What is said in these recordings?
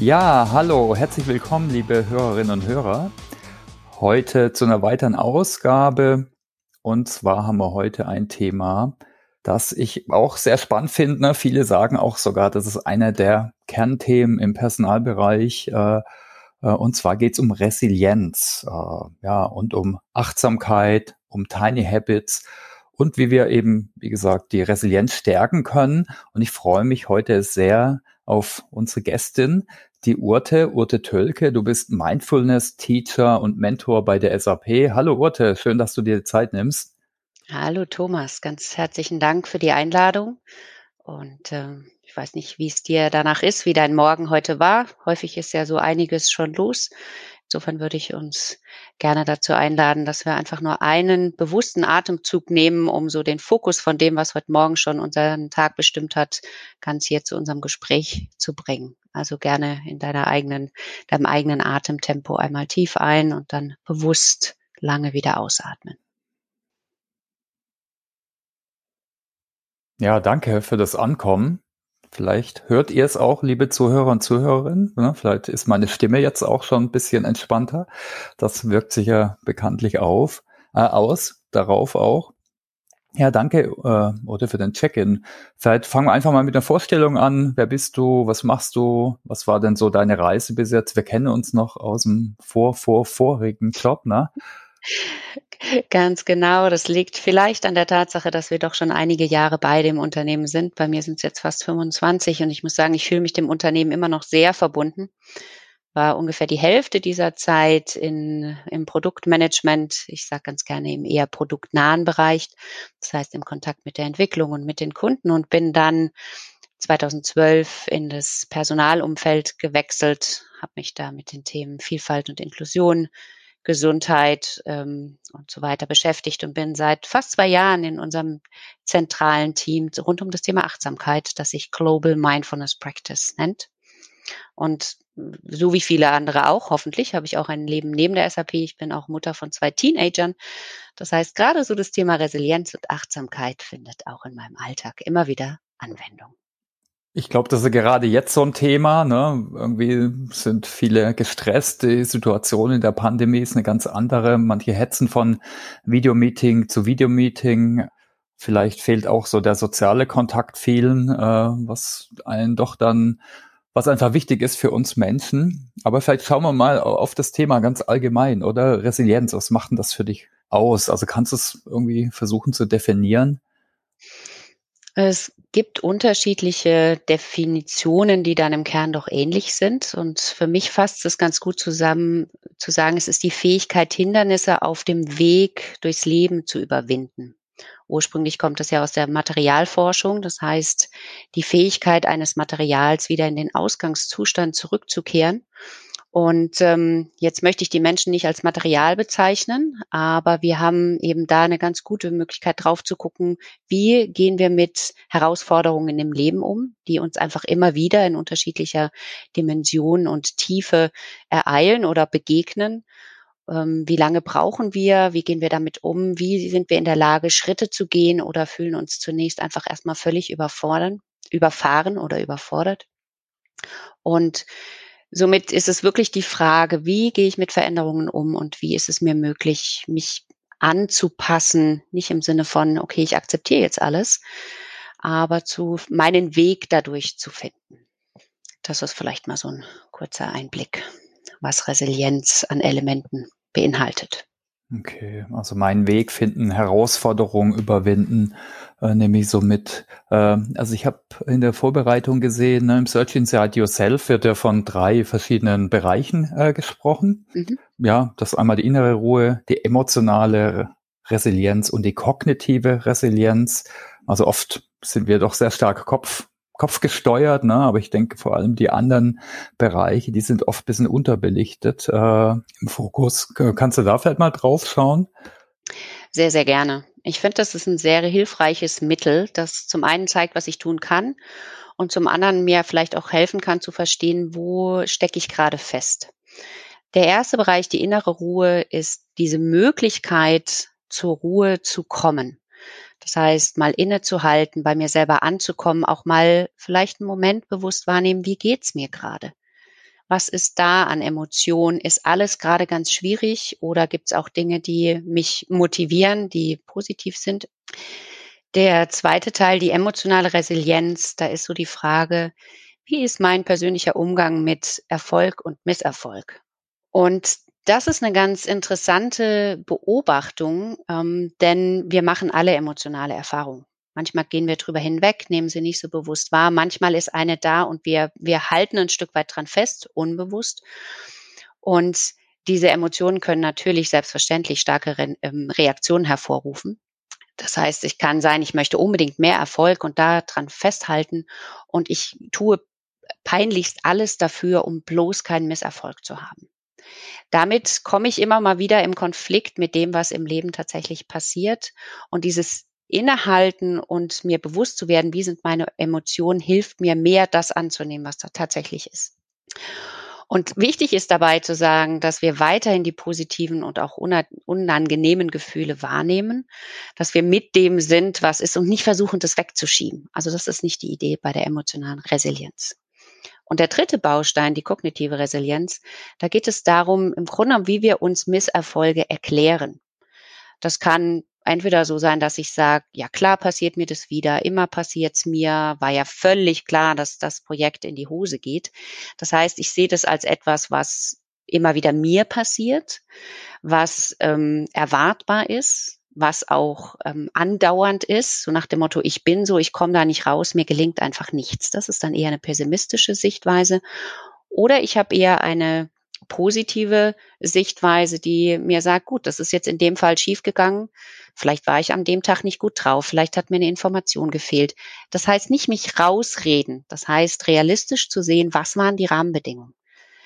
Ja, hallo, herzlich willkommen, liebe Hörerinnen und Hörer. Heute zu einer weiteren Ausgabe. Und zwar haben wir heute ein Thema, das ich auch sehr spannend finde. Ne? Viele sagen auch sogar, das ist einer der Kernthemen im Personalbereich. Und zwar geht es um Resilienz, ja, und um Achtsamkeit, um Tiny Habits und wie wir eben, wie gesagt, die Resilienz stärken können. Und ich freue mich heute sehr auf unsere Gästin, die Urte Tölke. Du bist Mindfulness-Teacher und Mentor bei der SAP. Hallo Urte, schön, dass du dir die Zeit nimmst. Hallo Thomas, ganz herzlichen Dank für die Einladung. Und ich weiß nicht, wie es dir danach ist, wie dein Morgen heute war. Häufig ist ja so einiges schon los. Insofern würde ich uns gerne dazu einladen, dass wir einfach nur einen bewussten Atemzug nehmen, um so den Fokus von dem, was heute Morgen schon unseren Tag bestimmt hat, ganz hier zu unserem Gespräch zu bringen. Also gerne in deinem eigenen Atemtempo einmal tief ein und dann bewusst lange wieder ausatmen. Ja, danke für das Ankommen. Vielleicht hört ihr es auch, liebe Zuhörer und Zuhörerinnen. Ne? Vielleicht ist meine Stimme jetzt auch schon ein bisschen entspannter. Das wirkt sich ja bekanntlich darauf auch. Ja, danke, Ute, für den Check-in. Vielleicht fangen wir einfach mal mit der Vorstellung an. Wer bist du? Was machst du? Was war denn so deine Reise bis jetzt? Wir kennen uns noch aus dem vorigen Job, ne? Ganz genau. Das liegt vielleicht an der Tatsache, dass wir doch schon einige Jahre beide im Unternehmen sind. Bei mir sind es jetzt fast 25 und ich muss sagen, ich fühle mich dem Unternehmen immer noch sehr verbunden. War ungefähr die Hälfte dieser Zeit im Produktmanagement. Ich sage ganz gerne im eher produktnahen Bereich. Das heißt, im Kontakt mit der Entwicklung und mit den Kunden und bin dann 2012 in das Personalumfeld gewechselt, habe mich da mit den Themen Vielfalt und Inklusion, Gesundheit und so weiter beschäftigt und bin seit fast 2 Jahren in unserem zentralen Team rund um das Thema Achtsamkeit, das sich Global Mindfulness Practice nennt. Und so wie viele andere auch, hoffentlich, habe ich auch ein Leben neben der SAP. Ich bin auch Mutter von 2 Teenagern. Das heißt, gerade so das Thema Resilienz und Achtsamkeit findet auch in meinem Alltag immer wieder Anwendung. Ich glaube, das ist gerade jetzt so ein Thema, ne? Irgendwie sind viele gestresst. Die Situation in der Pandemie ist eine ganz andere. Manche hetzen von Videomeeting zu Videomeeting. Vielleicht fehlt auch so der soziale Kontakt vielen, was einfach wichtig ist für uns Menschen. Aber vielleicht schauen wir mal auf das Thema ganz allgemein, oder? Resilienz, was macht denn das für dich aus? Also kannst du es irgendwie versuchen zu definieren? Es gibt unterschiedliche Definitionen, die dann im Kern doch ähnlich sind. Und für mich fasst es ganz gut zusammen, zu sagen, es ist die Fähigkeit, Hindernisse auf dem Weg durchs Leben zu überwinden. Ursprünglich kommt es ja aus der Materialforschung. Das heißt, die Fähigkeit eines Materials wieder in den Ausgangszustand zurückzukehren. Und jetzt möchte ich die Menschen nicht als Material bezeichnen, aber wir haben eben da eine ganz gute Möglichkeit drauf zu gucken, wie gehen wir mit Herausforderungen im Leben um, die uns einfach immer wieder in unterschiedlicher Dimension und Tiefe ereilen oder begegnen. Wie lange brauchen wir? Wie gehen wir damit um? Wie sind wir in der Lage, Schritte zu gehen oder fühlen uns zunächst einfach erstmal völlig überfahren oder überfordert? Und somit ist es wirklich die Frage, wie gehe ich mit Veränderungen um und wie ist es mir möglich, mich anzupassen, nicht im Sinne von, okay, ich akzeptiere jetzt alles, aber zu meinen Weg dadurch zu finden. Das ist vielleicht mal so ein kurzer Einblick, was Resilienz an Elementen beinhaltet. Okay, also meinen Weg finden, Herausforderungen überwinden, nehme ich so mit. Also ich habe in der Vorbereitung gesehen, ne, im Search Inside Yourself wird ja von 3 verschiedenen Bereichen gesprochen. Mhm. Ja, das ist einmal die innere Ruhe, die emotionale Resilienz und die kognitive Resilienz. Also oft sind wir doch sehr stark kopfgesteuert, ne? Aber ich denke vor allem die anderen Bereiche, die sind oft ein bisschen unterbelichtet im Fokus. Kannst du da vielleicht mal drauf schauen? Sehr, sehr gerne. Ich finde, das ist ein sehr hilfreiches Mittel, das zum einen zeigt, was ich tun kann und zum anderen mir vielleicht auch helfen kann zu verstehen, wo stecke ich gerade fest. Der erste Bereich, die innere Ruhe, ist diese Möglichkeit, zur Ruhe zu kommen. Das heißt, mal innezuhalten, bei mir selber anzukommen, auch mal vielleicht einen Moment bewusst wahrnehmen, wie geht's mir gerade? Was ist da an Emotionen? Ist alles gerade ganz schwierig oder gibt es auch Dinge, die mich motivieren, die positiv sind? Der zweite Teil, die emotionale Resilienz, da ist so die Frage, wie ist mein persönlicher Umgang mit Erfolg und Misserfolg? Und das ist eine ganz interessante Beobachtung, denn wir machen alle emotionale Erfahrungen. Manchmal gehen wir drüber hinweg, nehmen sie nicht so bewusst wahr. Manchmal ist eine da und wir halten ein Stück weit dran fest, unbewusst. Und diese Emotionen können natürlich selbstverständlich starke Reaktionen hervorrufen. Das heißt, ich kann sein, ich möchte unbedingt mehr Erfolg und da dran festhalten und ich tue peinlichst alles dafür, um bloß keinen Misserfolg zu haben. Damit komme ich immer mal wieder im Konflikt mit dem, was im Leben tatsächlich passiert. Und dieses Innehalten und mir bewusst zu werden, wie sind meine Emotionen, hilft mir mehr, das anzunehmen, was da tatsächlich ist. Und wichtig ist dabei zu sagen, dass wir weiterhin die positiven und auch unangenehmen Gefühle wahrnehmen, dass wir mit dem sind, was ist und nicht versuchen, das wegzuschieben. Also das ist nicht die Idee bei der emotionalen Resilienz. Und der dritte Baustein, die kognitive Resilienz, da geht es darum, im Grunde genommen, wie wir uns Misserfolge erklären. Das kann entweder so sein, dass ich sage, ja klar passiert mir das wieder, immer passiert's mir, war ja völlig klar, dass das Projekt in die Hose geht. Das heißt, ich sehe das als etwas, was immer wieder mir passiert, was erwartbar ist, was auch andauernd ist, so nach dem Motto, ich bin so, ich komme da nicht raus, mir gelingt einfach nichts. Das ist dann eher eine pessimistische Sichtweise. Oder ich habe eher eine positive Sichtweise, die mir sagt, gut, das ist jetzt in dem Fall schiefgegangen. Vielleicht war ich an dem Tag nicht gut drauf. Vielleicht hat mir eine Information gefehlt. Das heißt nicht mich rausreden. Das heißt realistisch zu sehen, was waren die Rahmenbedingungen.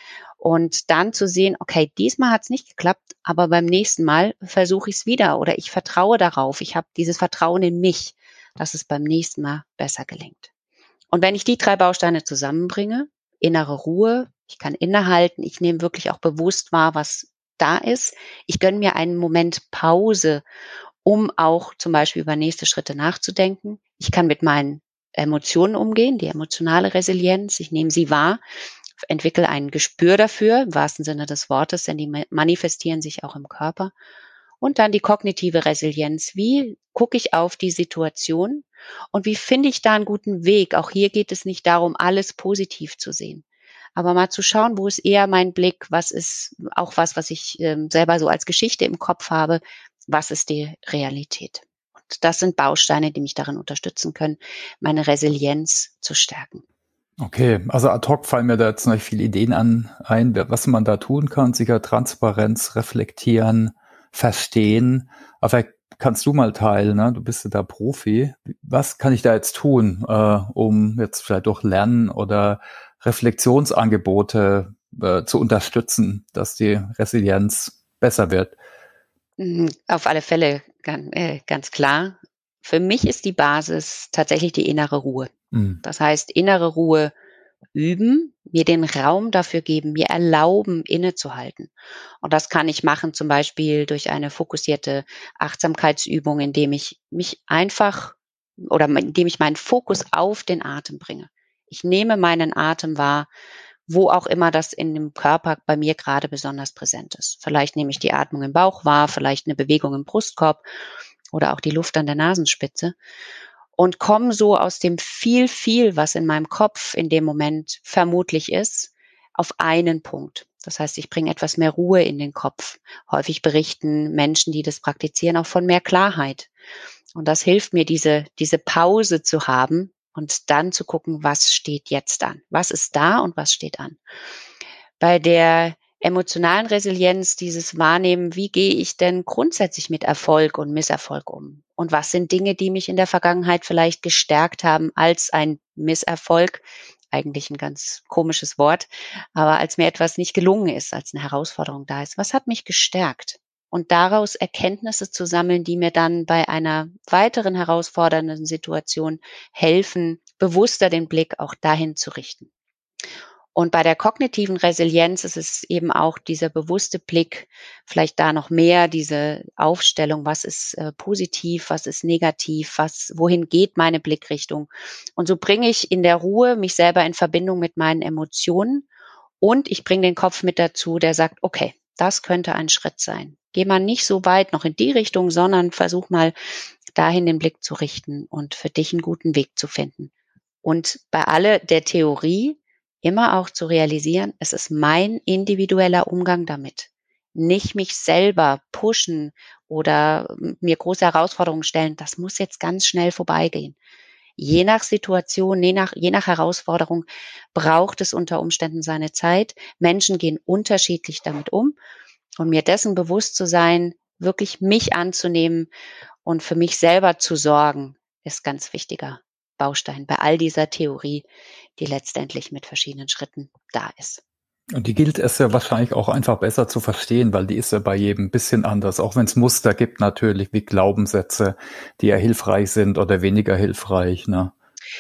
Und dann zu sehen, okay, diesmal hat es nicht geklappt, aber beim nächsten Mal versuche ich es wieder oder ich vertraue darauf. Ich habe dieses Vertrauen in mich, dass es beim nächsten Mal besser gelingt. Und wenn ich die 3 Bausteine zusammenbringe, innere Ruhe, ich kann innehalten, ich nehme wirklich auch bewusst wahr, was da ist. Ich gönne mir einen Moment Pause, um auch zum Beispiel über nächste Schritte nachzudenken. Ich kann mit meinen Emotionen umgehen, die emotionale Resilienz. Ich nehme sie wahr, entwickle ein Gespür dafür, im wahrsten Sinne des Wortes, denn die manifestieren sich auch im Körper. Und dann die kognitive Resilienz. Wie gucke ich auf die Situation und wie finde ich da einen guten Weg? Auch hier geht es nicht darum, alles positiv zu sehen, aber mal zu schauen, wo ist eher mein Blick, was ist auch was ich selber so als Geschichte im Kopf habe, was ist die Realität? Und das sind Bausteine, die mich darin unterstützen können, meine Resilienz zu stärken. Okay, also ad hoc fallen mir da jetzt noch viele Ideen ein, was man da tun kann. Sicher Transparenz, reflektieren, verstehen. Aber vielleicht kannst du mal teilen, ne? Du bist ja da Profi. Was kann ich da jetzt tun, um jetzt vielleicht durch Lernen oder Reflexionsangebote zu unterstützen, dass die Resilienz besser wird? Auf alle Fälle ganz klar. Für mich ist die Basis tatsächlich die innere Ruhe. Mhm. Das heißt, innere Ruhe üben, mir den Raum dafür geben, mir erlauben, innezuhalten. Und das kann ich machen, zum Beispiel durch eine fokussierte Achtsamkeitsübung, indem ich mich einfach oder indem ich meinen Fokus auf den Atem bringe. Ich nehme meinen Atem wahr, wo auch immer das in dem Körper bei mir gerade besonders präsent ist. Vielleicht nehme ich die Atmung im Bauch wahr, vielleicht eine Bewegung im Brustkorb oder auch die Luft an der Nasenspitze und komme so aus dem viel, was in meinem Kopf in dem Moment vermutlich ist, auf einen Punkt. Das heißt, ich bringe etwas mehr Ruhe in den Kopf. Häufig berichten Menschen, die das praktizieren, auch von mehr Klarheit. Und das hilft mir, diese Pause zu haben und dann zu gucken, was steht jetzt an? Was ist da und was steht an? Bei der emotionalen Resilienz dieses Wahrnehmen, wie gehe ich denn grundsätzlich mit Erfolg und Misserfolg um? Und was sind Dinge, die mich in der Vergangenheit vielleicht gestärkt haben als ein Misserfolg? Eigentlich ein ganz komisches Wort, aber als mir etwas nicht gelungen ist, als eine Herausforderung da ist. Was hat mich gestärkt? Und daraus Erkenntnisse zu sammeln, die mir dann bei einer weiteren herausfordernden Situation helfen, bewusster den Blick auch dahin zu richten. Und bei der kognitiven Resilienz ist es eben auch dieser bewusste Blick, vielleicht da noch mehr diese Aufstellung, was ist positiv, was ist negativ, wohin geht meine Blickrichtung. Und so bringe ich in der Ruhe mich selber in Verbindung mit meinen Emotionen Und ich bringe den Kopf mit dazu, der sagt, okay, das könnte ein Schritt sein. Geh mal nicht so weit noch in die Richtung, sondern versuch mal dahin den Blick zu richten und für dich einen guten Weg zu finden. Und bei alle der Theorie immer auch zu realisieren, es ist mein individueller Umgang damit. Nicht mich selber pushen oder mir große Herausforderungen stellen. Das muss jetzt ganz schnell vorbeigehen. Je nach Situation, je nach Herausforderung braucht es unter Umständen seine Zeit. Menschen gehen unterschiedlich damit um. Und mir dessen bewusst zu sein, wirklich mich anzunehmen und für mich selber zu sorgen, ist ganz wichtiger Baustein bei all dieser Theorie, die letztendlich mit verschiedenen Schritten da ist. Und die gilt es ja wahrscheinlich auch einfach besser zu verstehen, weil die ist ja bei jedem ein bisschen anders, auch wenn es Muster gibt natürlich, wie Glaubenssätze, die ja hilfreich sind oder weniger hilfreich, ne?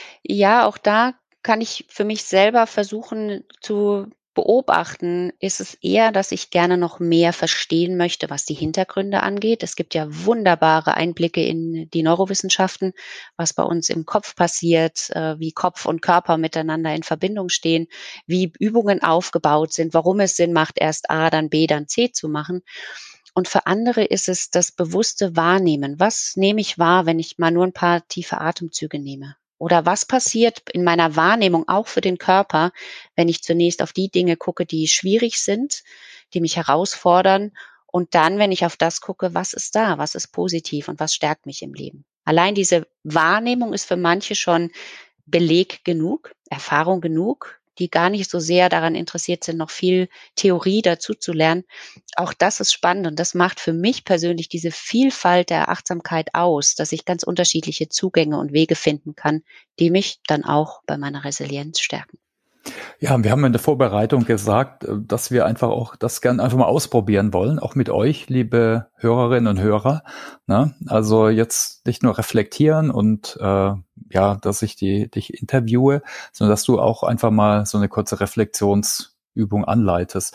Ja, auch da kann ich für mich selber versuchen zu beobachten, ist es eher, dass ich gerne noch mehr verstehen möchte, was die Hintergründe angeht. Es gibt ja wunderbare Einblicke in die Neurowissenschaften, was bei uns im Kopf passiert, wie Kopf und Körper miteinander in Verbindung stehen, wie Übungen aufgebaut sind, warum es Sinn macht, erst A, dann B, dann C zu machen. Und für andere ist es das bewusste Wahrnehmen. Was nehme ich wahr, wenn ich mal nur ein paar tiefe Atemzüge nehme? Oder was passiert in meiner Wahrnehmung auch für den Körper, wenn ich zunächst auf die Dinge gucke, die schwierig sind, die mich herausfordern und dann, wenn ich auf das gucke, was ist da, was ist positiv und was stärkt mich im Leben? Allein diese Wahrnehmung ist für manche schon Beleg genug, Erfahrung genug, die gar nicht so sehr daran interessiert sind, noch viel Theorie dazu zu lernen. Auch das ist spannend und das macht für mich persönlich diese Vielfalt der Achtsamkeit aus, dass ich ganz unterschiedliche Zugänge und Wege finden kann, die mich dann auch bei meiner Resilienz stärken. Ja, wir haben in der Vorbereitung gesagt, dass wir einfach auch das gern einfach mal ausprobieren wollen, auch mit euch, liebe Hörerinnen und Hörer. Ne? Also jetzt nicht nur reflektieren und ja, dass ich dich interviewe, sondern dass du auch einfach mal so eine kurze Reflexionsübung anleitest.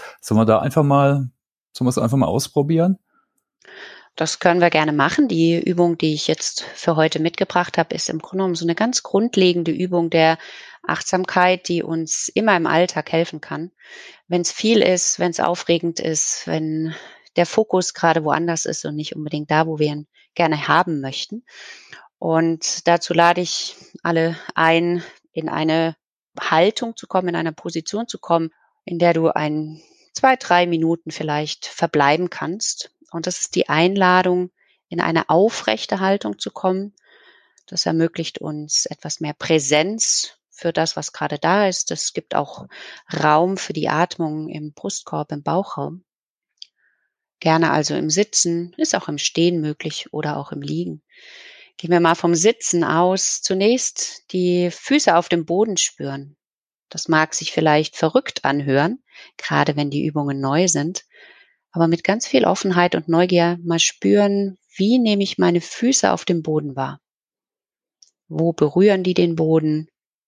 Sollen wir es einfach mal ausprobieren? Das können wir gerne machen. Die Übung, die ich jetzt für heute mitgebracht habe, ist im Grunde genommen so eine ganz grundlegende Übung der Achtsamkeit, die uns immer im Alltag helfen kann. Wenn es viel ist, wenn es aufregend ist, wenn der Fokus gerade woanders ist und nicht unbedingt da, wo wir ihn gerne haben möchten. Und dazu lade ich alle ein, in eine Haltung zu kommen, in eine Position zu kommen, in der du 2, 3 Minuten vielleicht verbleiben kannst. Und das ist die Einladung, in eine aufrechte Haltung zu kommen. Das ermöglicht uns etwas mehr Präsenz für das, was gerade da ist. Es gibt auch Raum für die Atmung im Brustkorb, im Bauchraum. Gerne also im Sitzen, ist auch im Stehen möglich oder auch im Liegen. Gehen wir mal vom Sitzen aus. Zunächst die Füße auf dem Boden spüren. Das mag sich vielleicht verrückt anhören, gerade wenn die Übungen neu sind, aber mit ganz viel Offenheit und Neugier mal spüren, wie nehme ich meine Füße auf dem Boden wahr? Wo berühren die den Boden?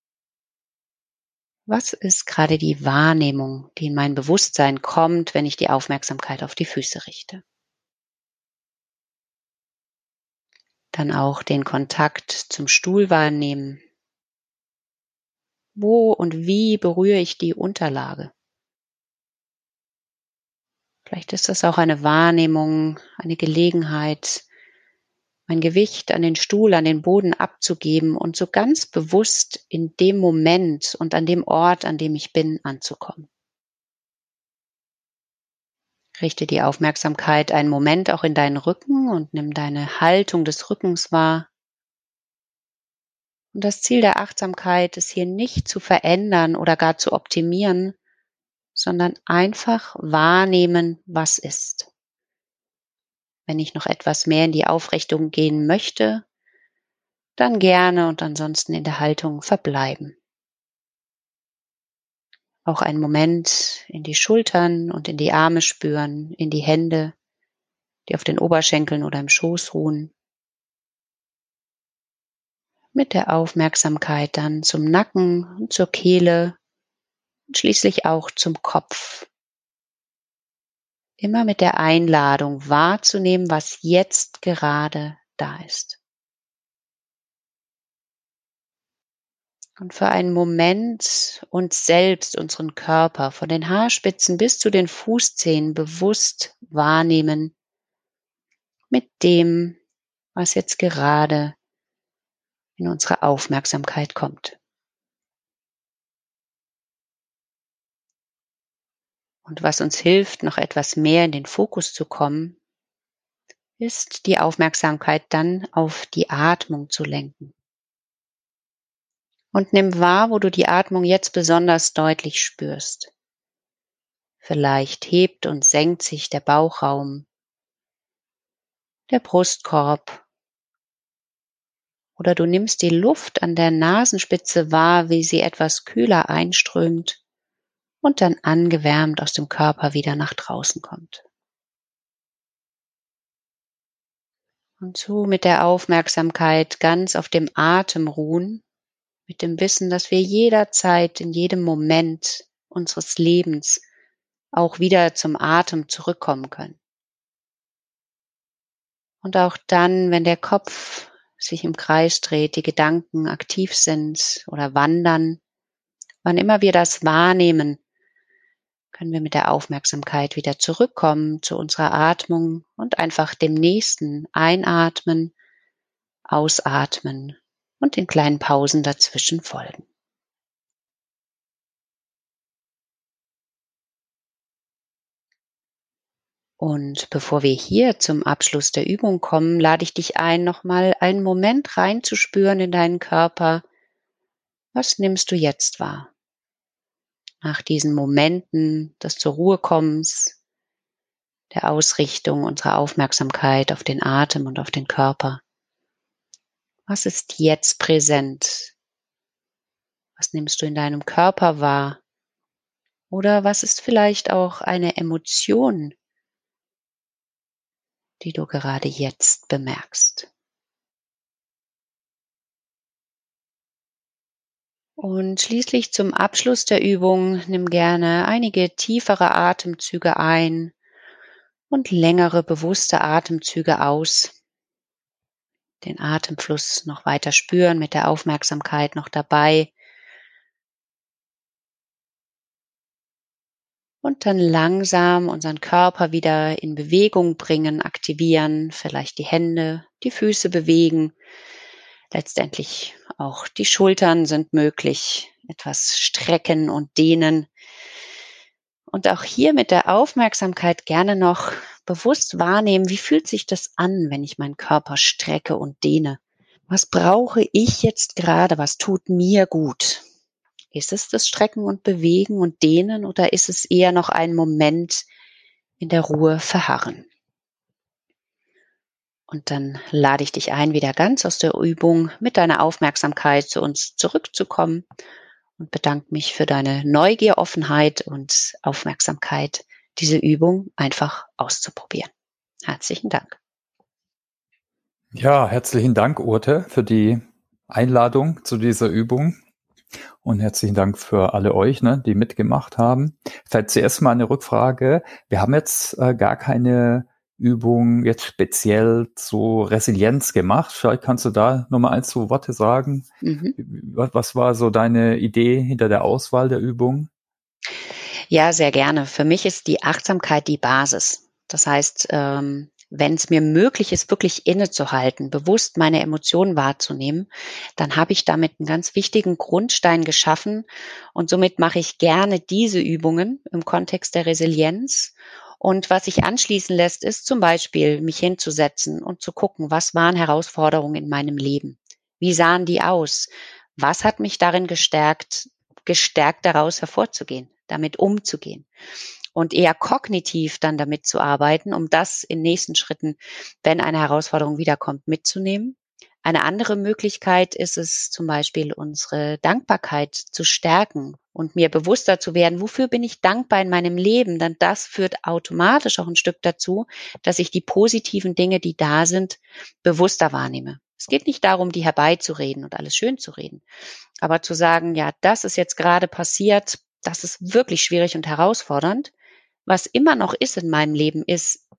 Was ist gerade die Wahrnehmung, die in mein Bewusstsein kommt, wenn ich die Aufmerksamkeit auf die Füße richte? Dann auch den Kontakt zum Stuhl wahrnehmen. Wo und wie berühre ich die Unterlage? Vielleicht ist das auch eine Wahrnehmung, eine Gelegenheit, mein Gewicht an den Stuhl, an den Boden abzugeben und so ganz bewusst in dem Moment und an dem Ort, an dem ich bin, anzukommen. Richte die Aufmerksamkeit einen Moment auch in deinen Rücken und nimm deine Haltung des Rückens wahr. Und das Ziel der Achtsamkeit ist hier nicht zu verändern oder gar zu optimieren, sondern einfach wahrnehmen, was ist. Wenn ich noch etwas mehr in die Aufrichtung gehen möchte, dann gerne und ansonsten in der Haltung verbleiben. Auch einen Moment in die Schultern und in die Arme spüren, in die Hände, die auf den Oberschenkeln oder im Schoß ruhen. Mit der Aufmerksamkeit dann zum Nacken und zur Kehle und schließlich auch zum Kopf. Immer mit der Einladung wahrzunehmen, was jetzt gerade da ist. Und für einen Moment uns selbst, unseren Körper, von den Haarspitzen bis zu den Fußzehen bewusst wahrnehmen mit dem, was jetzt gerade in unsere Aufmerksamkeit kommt. Und was uns hilft, noch etwas mehr in den Fokus zu kommen, ist die Aufmerksamkeit dann auf die Atmung zu lenken. Und nimm wahr, wo du die Atmung jetzt besonders deutlich spürst. Vielleicht hebt und senkt sich der Bauchraum, der Brustkorb, oder du nimmst die Luft an der Nasenspitze wahr, wie sie etwas kühler einströmt und dann angewärmt aus dem Körper wieder nach draußen kommt. Und so mit der Aufmerksamkeit ganz auf dem Atem ruhen, mit dem Wissen, dass wir jederzeit, in jedem Moment unseres Lebens auch wieder zum Atem zurückkommen können. Und auch dann, wenn der Kopf sich im Kreis dreht, die Gedanken aktiv sind oder wandern, wann immer wir das wahrnehmen, können wir mit der Aufmerksamkeit wieder zurückkommen zu unserer Atmung und einfach dem nächsten einatmen, ausatmen und den kleinen Pausen dazwischen folgen. Und bevor wir hier zum Abschluss der Übung kommen, lade ich dich ein, nochmal einen Moment reinzuspüren in deinen Körper. Was nimmst du jetzt wahr? Nach diesen Momenten des zur Ruhe kommens, der Ausrichtung unserer Aufmerksamkeit auf den Atem und auf den Körper. Was ist jetzt präsent? Was nimmst du in deinem Körper wahr? Oder was ist vielleicht auch eine Emotion, die du gerade jetzt bemerkst? Und schließlich zum Abschluss der Übung nimm gerne einige tiefere Atemzüge ein und längere bewusste Atemzüge aus. Den Atemfluss noch weiter spüren, mit der Aufmerksamkeit noch dabei. Und dann langsam unseren Körper wieder in Bewegung bringen, aktivieren, vielleicht die Hände, die Füße bewegen. Letztendlich auch die Schultern sind möglich, etwas strecken und dehnen. Und auch hier mit der Aufmerksamkeit gerne noch bewusst wahrnehmen, wie fühlt sich das an, wenn ich meinen Körper strecke und dehne? Was brauche ich jetzt gerade? Was tut mir gut? Ist es das Strecken und Bewegen und Dehnen oder ist es eher noch ein Moment in der Ruhe verharren? Und dann lade ich dich ein, wieder ganz aus der Übung mit deiner Aufmerksamkeit zu uns zurückzukommen und bedanke mich für deine Neugier, Offenheit und Aufmerksamkeit, diese Übung einfach auszuprobieren. Herzlichen Dank. Ja, herzlichen Dank, Urte, für die Einladung zu dieser Übung. Und herzlichen Dank für alle euch, ne, die mitgemacht haben. Vielleicht zuerst mal eine Rückfrage. Wir haben jetzt gar keine Übung jetzt speziell zu Resilienz gemacht. Vielleicht kannst du da nochmal 1, 2 Worte sagen. Was war so deine Idee hinter der Auswahl der Übung? Ja, sehr gerne. Für mich ist die Achtsamkeit die Basis. Das heißt, wenn es mir möglich ist, wirklich innezuhalten, bewusst meine Emotionen wahrzunehmen, dann habe ich damit einen ganz wichtigen Grundstein geschaffen und somit mache ich gerne diese Übungen im Kontext der Resilienz. Und was sich anschließen lässt, ist zum Beispiel, mich hinzusetzen und zu gucken, was waren Herausforderungen in meinem Leben? Wie sahen die aus? Was hat mich darin gestärkt daraus hervorzugehen, damit umzugehen? Und eher kognitiv dann damit zu arbeiten, um das in nächsten Schritten, wenn eine Herausforderung wiederkommt, mitzunehmen. Eine andere Möglichkeit ist es zum Beispiel, unsere Dankbarkeit zu stärken und mir bewusster zu werden, wofür bin ich dankbar in meinem Leben? Denn das führt automatisch auch ein Stück dazu, dass ich die positiven Dinge, die da sind, bewusster wahrnehme. Es geht nicht darum, die herbeizureden und alles schön zu reden, aber zu sagen, ja, das ist jetzt gerade passiert, das ist wirklich schwierig und herausfordernd. Was immer noch ist in meinem Leben ist,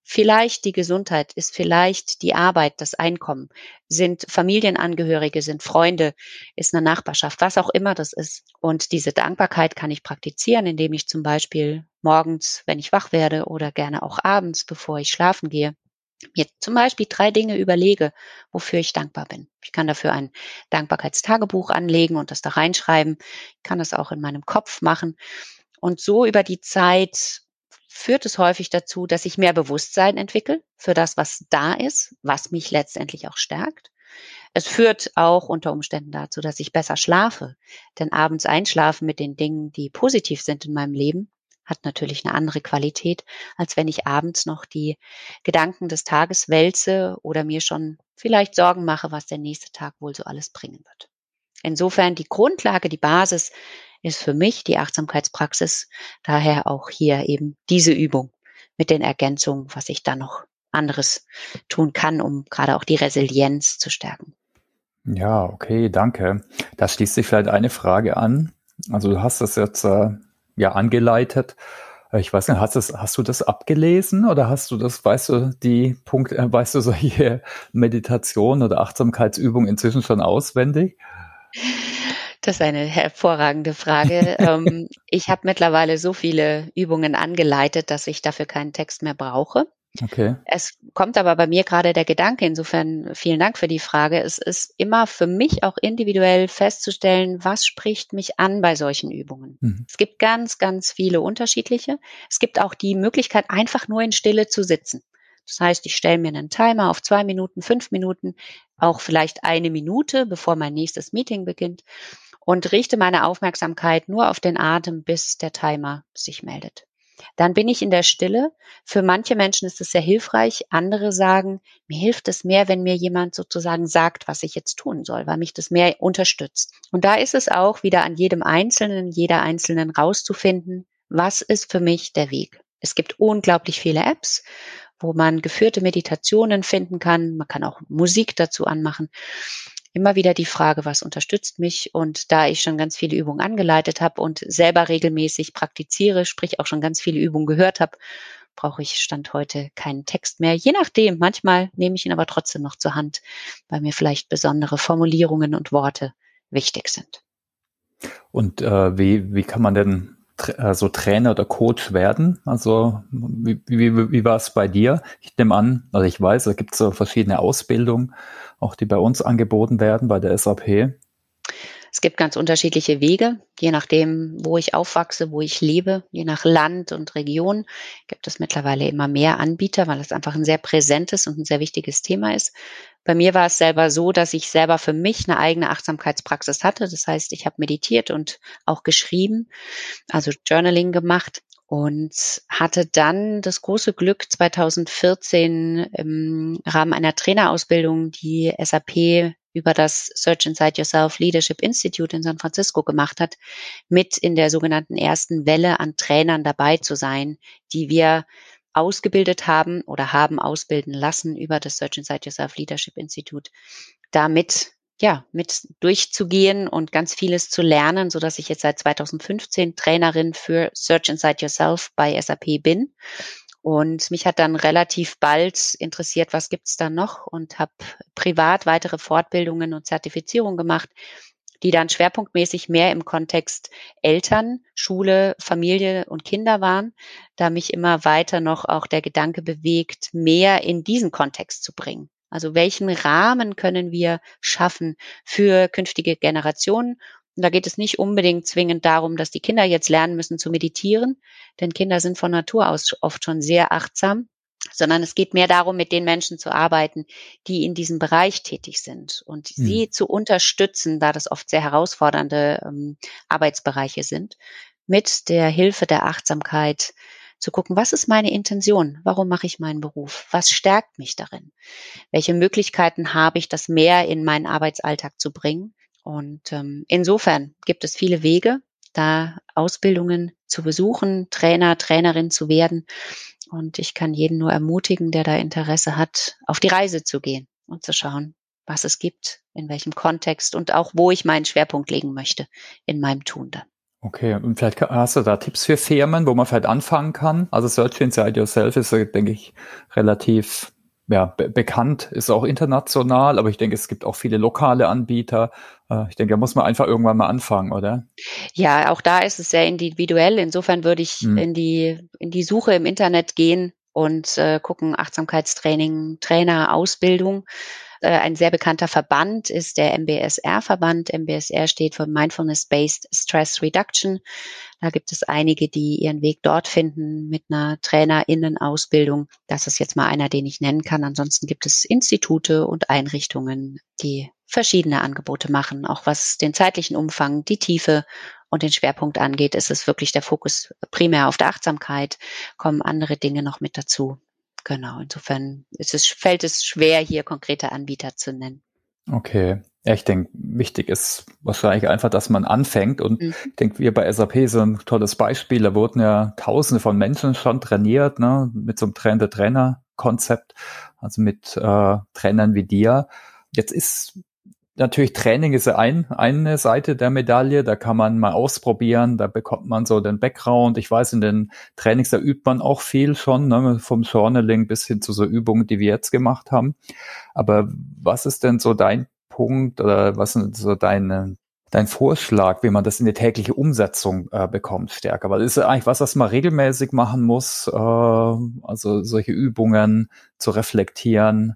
vielleicht die Gesundheit, ist vielleicht die Arbeit, das Einkommen, sind Familienangehörige, sind Freunde, ist eine Nachbarschaft, was auch immer das ist. Und diese Dankbarkeit kann ich praktizieren, indem ich zum Beispiel morgens, wenn ich wach werde oder gerne auch abends, bevor ich schlafen gehe, mir zum Beispiel 3 Dinge überlege, wofür ich dankbar bin. Ich kann dafür ein Dankbarkeitstagebuch anlegen und das da reinschreiben. Ich kann das auch in meinem Kopf machen. Und so über die Zeit führt es häufig dazu, dass ich mehr Bewusstsein entwickle für das, was da ist, was mich letztendlich auch stärkt. Es führt auch unter Umständen dazu, dass ich besser schlafe. Denn abends einschlafen mit den Dingen, die positiv sind in meinem Leben, hat natürlich eine andere Qualität, als wenn ich abends noch die Gedanken des Tages wälze oder mir schon vielleicht Sorgen mache, was der nächste Tag wohl so alles bringen wird. Insofern die Grundlage, die Basis ist für mich die Achtsamkeitspraxis. Daher auch hier eben diese Übung mit den Ergänzungen, was ich dann noch anderes tun kann, um gerade auch die Resilienz zu stärken. Ja, okay, danke. Da schließt sich vielleicht eine Frage an. Also du hast das jetzt ja angeleitet. Ich weiß nicht, hast du das abgelesen oder hast du das, weißt du, die Punkte, weißt du solche Meditation oder Achtsamkeitsübungen inzwischen schon auswendig? Das ist eine hervorragende Frage. Ich habe mittlerweile so viele Übungen angeleitet, dass ich dafür keinen Text mehr brauche. Okay. Es kommt aber bei mir gerade der Gedanke, insofern vielen Dank für die Frage. Es ist immer für mich auch individuell festzustellen, was spricht mich an bei solchen Übungen. Mhm. Es gibt ganz, ganz viele unterschiedliche. Es gibt auch die Möglichkeit, einfach nur in Stille zu sitzen. Das heißt, ich stelle mir einen Timer auf 2 Minuten, 5 Minuten, auch vielleicht 1 Minute, bevor mein nächstes Meeting beginnt und richte meine Aufmerksamkeit nur auf den Atem, bis der Timer sich meldet. Dann bin ich in der Stille. Für manche Menschen ist es sehr hilfreich. Andere sagen, mir hilft es mehr, wenn mir jemand sozusagen sagt, was ich jetzt tun soll, weil mich das mehr unterstützt. Und da ist es auch wieder an jedem Einzelnen, jeder Einzelnen rauszufinden, was ist für mich der Weg. Es gibt unglaublich viele Apps, wo man geführte Meditationen finden kann. Man kann auch Musik dazu anmachen. Immer wieder die Frage, was unterstützt mich? Und da ich schon ganz viele Übungen angeleitet habe und selber regelmäßig praktiziere, sprich auch schon ganz viele Übungen gehört habe, brauche ich Stand heute keinen Text mehr. Je nachdem, manchmal nehme ich ihn aber trotzdem noch zur Hand, weil mir vielleicht besondere Formulierungen und Worte wichtig sind. Und wie kann man denn so Trainer oder Coach werden? Also wie war es bei dir? Ich nehme an, also ich weiß, da gibt es so verschiedene Ausbildungen, auch die bei uns angeboten werden bei der SAP. Es gibt ganz unterschiedliche Wege, je nachdem, wo ich aufwachse, wo ich lebe, je nach Land und Region gibt es mittlerweile immer mehr Anbieter, weil es einfach ein sehr präsentes und ein sehr wichtiges Thema ist. Bei mir war es selber so, dass ich selber für mich eine eigene Achtsamkeitspraxis hatte. Das heißt, ich habe meditiert und auch geschrieben, also Journaling gemacht und hatte dann das große Glück, 2014 im Rahmen einer Trainerausbildung die SAP über das Search Inside Yourself Leadership Institute in San Francisco gemacht hat, mit in der sogenannten ersten Welle an Trainern dabei zu sein, die wir ausgebildet haben oder haben ausbilden lassen über das Search Inside Yourself Leadership Institute, damit mit durchzugehen und ganz vieles zu lernen, so dass ich jetzt seit 2015 Trainerin für Search Inside Yourself bei SAP bin. Und mich hat dann relativ bald interessiert, was gibt's da noch, und habe privat weitere Fortbildungen und Zertifizierung gemacht, die dann schwerpunktmäßig mehr im Kontext Eltern, Schule, Familie und Kinder waren, da mich immer weiter noch auch der Gedanke bewegt, mehr in diesen Kontext zu bringen. Also welchen Rahmen können wir schaffen für künftige Generationen? Und da geht es nicht unbedingt zwingend darum, dass die Kinder jetzt lernen müssen zu meditieren, denn Kinder sind von Natur aus oft schon sehr achtsam, sondern es geht mehr darum, mit den Menschen zu arbeiten, die in diesem Bereich tätig sind und Hm. sie zu unterstützen, da das oft sehr herausfordernde Arbeitsbereiche sind, mit der Hilfe der Achtsamkeit zu gucken, was ist meine Intention? Warum mache ich meinen Beruf? Was stärkt mich darin? Welche Möglichkeiten habe ich, das mehr in meinen Arbeitsalltag zu bringen? Und insofern gibt es viele Wege, da Ausbildungen zu besuchen, Trainer, Trainerin zu werden. Und ich kann jeden nur ermutigen, der da Interesse hat, auf die Reise zu gehen und zu schauen, was es gibt, in welchem Kontext und auch, wo ich meinen Schwerpunkt legen möchte in meinem Tun dann. Okay, und vielleicht hast du da Tipps für Firmen, wo man vielleicht anfangen kann? Also Search Inside Yourself ist, denke ich, relativ bekannt, ist auch international, aber ich denke, es gibt auch viele lokale Anbieter. Ich denke, da muss man einfach irgendwann mal anfangen, oder? Ja, auch da ist es sehr individuell. Insofern würde ich Hm. in die Suche im Internet gehen und gucken, Achtsamkeitstraining, Trainer, Ausbildung. Ein sehr bekannter Verband ist der MBSR-Verband. MBSR steht für Mindfulness-Based Stress Reduction. Da gibt es einige, die ihren Weg dort finden mit einer TrainerInnen-Ausbildung. Das ist jetzt mal einer, den ich nennen kann. Ansonsten gibt es Institute und Einrichtungen, die verschiedene Angebote machen. Auch was den zeitlichen Umfang, die Tiefe und den Schwerpunkt angeht, ist es wirklich der Fokus primär auf der Achtsamkeit, kommen andere Dinge noch mit dazu. Genau, insofern fällt es schwer, hier konkrete Anbieter zu nennen. Okay. Ja, ich denke, wichtig ist wahrscheinlich einfach, dass man anfängt. Und Mhm. ich denke, wir bei SAP sind ein tolles Beispiel. Da wurden ja Tausende von Menschen schon trainiert, ne, mit so einem Trainer-Konzept, also mit Trainern wie dir. Jetzt ist natürlich Training ist ja eine Seite der Medaille. Da kann man mal ausprobieren. Da bekommt man so den Background. Ich weiß, in den Trainings, da übt man auch viel schon, ne, vom Journaling bis hin zu so Übungen, die wir jetzt gemacht haben. Aber was ist denn so dein Punkt oder was ist so dein Vorschlag, wie man das in die tägliche Umsetzung bekommt stärker? Weil das ist ja eigentlich was man regelmäßig machen muss, also solche Übungen zu reflektieren.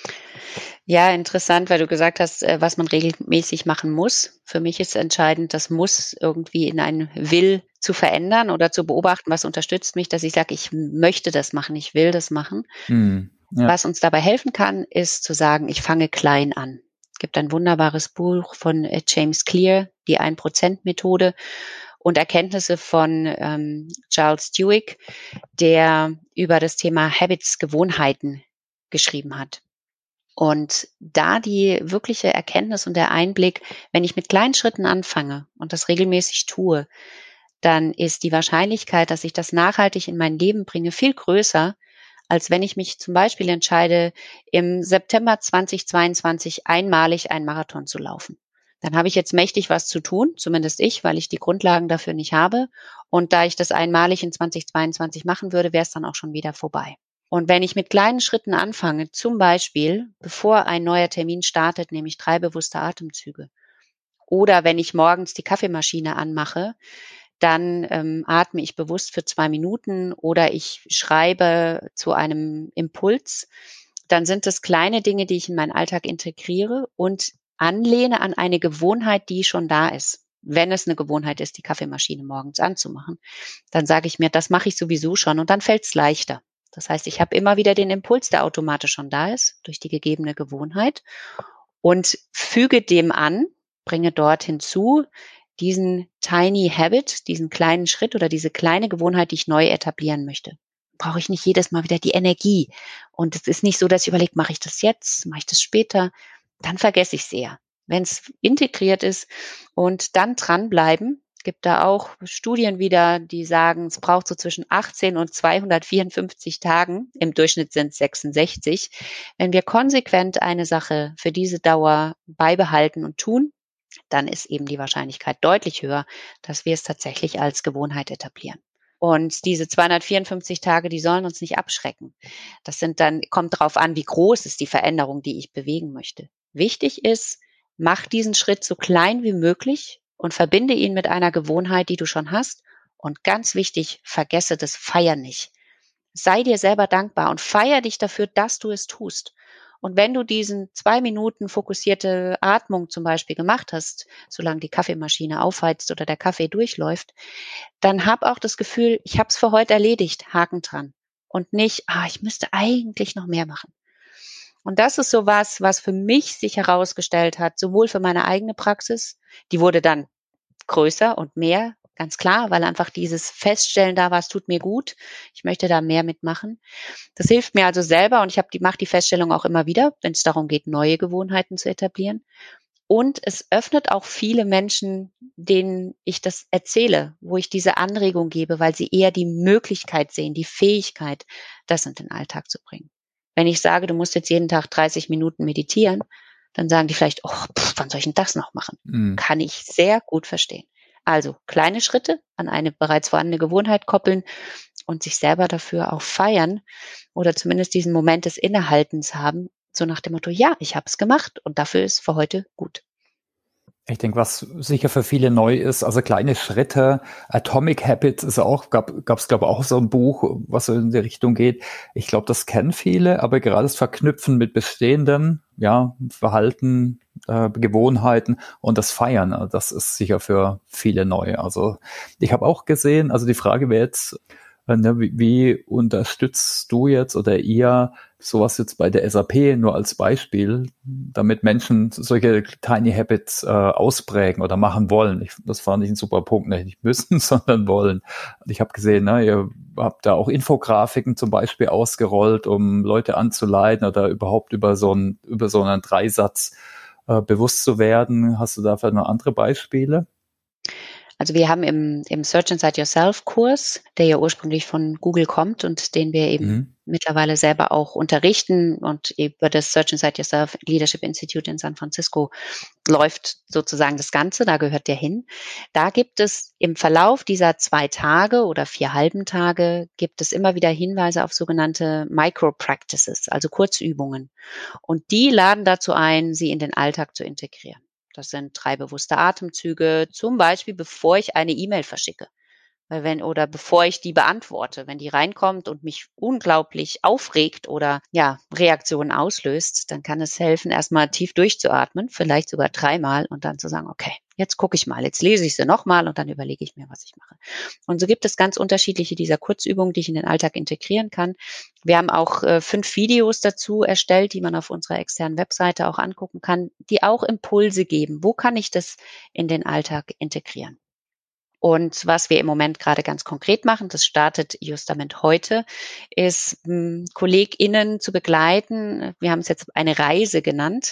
Ja, interessant, weil du gesagt hast, was man regelmäßig machen muss. Für mich ist entscheidend, das muss irgendwie in ein Will zu verändern oder zu beobachten, was unterstützt mich, dass ich sage, ich möchte das machen, ich will das machen. Ja. Was uns dabei helfen kann, ist zu sagen, ich fange klein an. Es gibt ein wunderbares Buch von James Clear, die 1%-Methode und Erkenntnisse von Charles Duhigg, der über das Thema Habits, Gewohnheiten geschrieben hat. Und da die wirkliche Erkenntnis und der Einblick, wenn ich mit kleinen Schritten anfange und das regelmäßig tue, dann ist die Wahrscheinlichkeit, dass ich das nachhaltig in mein Leben bringe, viel größer, als wenn ich mich zum Beispiel entscheide, im September 2022 einmalig einen Marathon zu laufen. Dann habe ich jetzt mächtig was zu tun, zumindest ich, weil ich die Grundlagen dafür nicht habe. Und da ich das einmalig in 2022 machen würde, wäre es dann auch schon wieder vorbei. Und wenn ich mit kleinen Schritten anfange, zum Beispiel, bevor ein neuer Termin startet, nehme ich 3 bewusste Atemzüge. Oder wenn ich morgens die Kaffeemaschine anmache, dann atme ich bewusst für 2 Minuten oder ich schreibe zu einem Impuls. Dann sind es kleine Dinge, die ich in meinen Alltag integriere und anlehne an eine Gewohnheit, die schon da ist. Wenn es eine Gewohnheit ist, die Kaffeemaschine morgens anzumachen, dann sage ich mir, das mache ich sowieso schon und dann fällt es leichter. Das heißt, ich habe immer wieder den Impuls, der automatisch schon da ist, durch die gegebene Gewohnheit und füge dem an, bringe dort hinzu diesen Tiny Habit, diesen kleinen Schritt oder diese kleine Gewohnheit, die ich neu etablieren möchte. Brauche ich nicht jedes Mal wieder die Energie. Und es ist nicht so, dass ich überlege, mache ich das jetzt, mache ich das später, dann vergesse ich es eher. Wenn es integriert ist und dann dranbleiben, gibt da auch Studien wieder, die sagen, es braucht so zwischen 18 und 254 Tagen, im Durchschnitt sind es 66. Wenn wir konsequent eine Sache für diese Dauer beibehalten und tun, dann ist eben die Wahrscheinlichkeit deutlich höher, dass wir es tatsächlich als Gewohnheit etablieren. Und diese 254 Tage, die sollen uns nicht abschrecken. Das sind dann, kommt darauf an, wie groß ist die Veränderung, die ich bewegen möchte. Wichtig ist, mach diesen Schritt so klein wie möglich und verbinde ihn mit einer Gewohnheit, die du schon hast. Und ganz wichtig, vergesse das Feiern nicht. Sei dir selber dankbar und feier dich dafür, dass du es tust. Und wenn du diesen 2 Minuten fokussierte Atmung zum Beispiel gemacht hast, solange die Kaffeemaschine aufheizt oder der Kaffee durchläuft, dann hab auch das Gefühl, ich habe es für heute erledigt, Haken dran. Und nicht, ich müsste eigentlich noch mehr machen. Und das ist so was für mich sich herausgestellt hat, sowohl für meine eigene Praxis, die wurde dann größer und mehr, ganz klar, weil einfach dieses Feststellen da war, es tut mir gut, ich möchte da mehr mitmachen. Das hilft mir also selber und mache die Feststellung auch immer wieder, wenn es darum geht, neue Gewohnheiten zu etablieren. Und es öffnet auch viele Menschen, denen ich das erzähle, wo ich diese Anregung gebe, weil sie eher die Möglichkeit sehen, die Fähigkeit, das in den Alltag zu bringen. Wenn ich sage, du musst jetzt jeden Tag 30 Minuten meditieren, dann sagen die vielleicht, wann soll ich denn das noch machen? Mm. Kann ich sehr gut verstehen. Also kleine Schritte an eine bereits vorhandene Gewohnheit koppeln und sich selber dafür auch feiern oder zumindest diesen Moment des Innehaltens haben, so nach dem Motto, ja, ich habe es gemacht und dafür ist für heute gut. Ich denke, was sicher für viele neu ist, also kleine Schritte, Atomic Habits ist auch, gab's glaube ich auch so ein Buch, was so in die Richtung geht. Ich glaube, das kennen viele, aber gerade das Verknüpfen mit bestehenden, ja, Verhalten, Gewohnheiten und das Feiern, also das ist sicher für viele neu. Also ich habe auch gesehen, also die Frage wäre jetzt, ne, wie unterstützt du jetzt oder ihr sowas jetzt bei der SAP nur als Beispiel, damit Menschen solche Tiny Habits ausprägen oder machen wollen? Das fand ich ein super Punkt, nicht müssen, sondern wollen. Und ich habe gesehen, ne, ihr habt da auch Infografiken zum Beispiel ausgerollt, um Leute anzuleiten oder überhaupt über so einen Dreisatz bewusst zu werden. Hast du dafür noch andere Beispiele? Also wir haben im Search Inside Yourself Kurs, der ja ursprünglich von Google kommt und den wir eben Mhm. mittlerweile selber auch unterrichten und über das Search Inside Yourself Leadership Institute in San Francisco läuft sozusagen das Ganze, da gehört der hin. Da gibt es im Verlauf dieser 2 Tage oder 4 halben Tage gibt es immer wieder Hinweise auf sogenannte Micro-Practices, also Kurzübungen. Und die laden dazu ein, sie in den Alltag zu integrieren. Das sind 3 bewusste Atemzüge, zum Beispiel bevor ich eine E-Mail verschicke. Weil wenn oder bevor ich die beantworte, wenn die reinkommt und mich unglaublich aufregt oder ja, Reaktionen auslöst, dann kann es helfen, erstmal tief durchzuatmen, vielleicht sogar 3-mal und dann zu sagen, okay, jetzt gucke ich mal, jetzt lese ich sie nochmal und dann überlege ich mir, was ich mache. Und so gibt es ganz unterschiedliche dieser Kurzübungen, die ich in den Alltag integrieren kann. Wir haben auch 5 Videos dazu erstellt, die man auf unserer externen Webseite auch angucken kann, die auch Impulse geben. Wo kann ich das in den Alltag integrieren? Und was wir im Moment gerade ganz konkret machen, das startet justament heute, ist, KollegInnen zu begleiten. Wir haben es jetzt eine Reise genannt,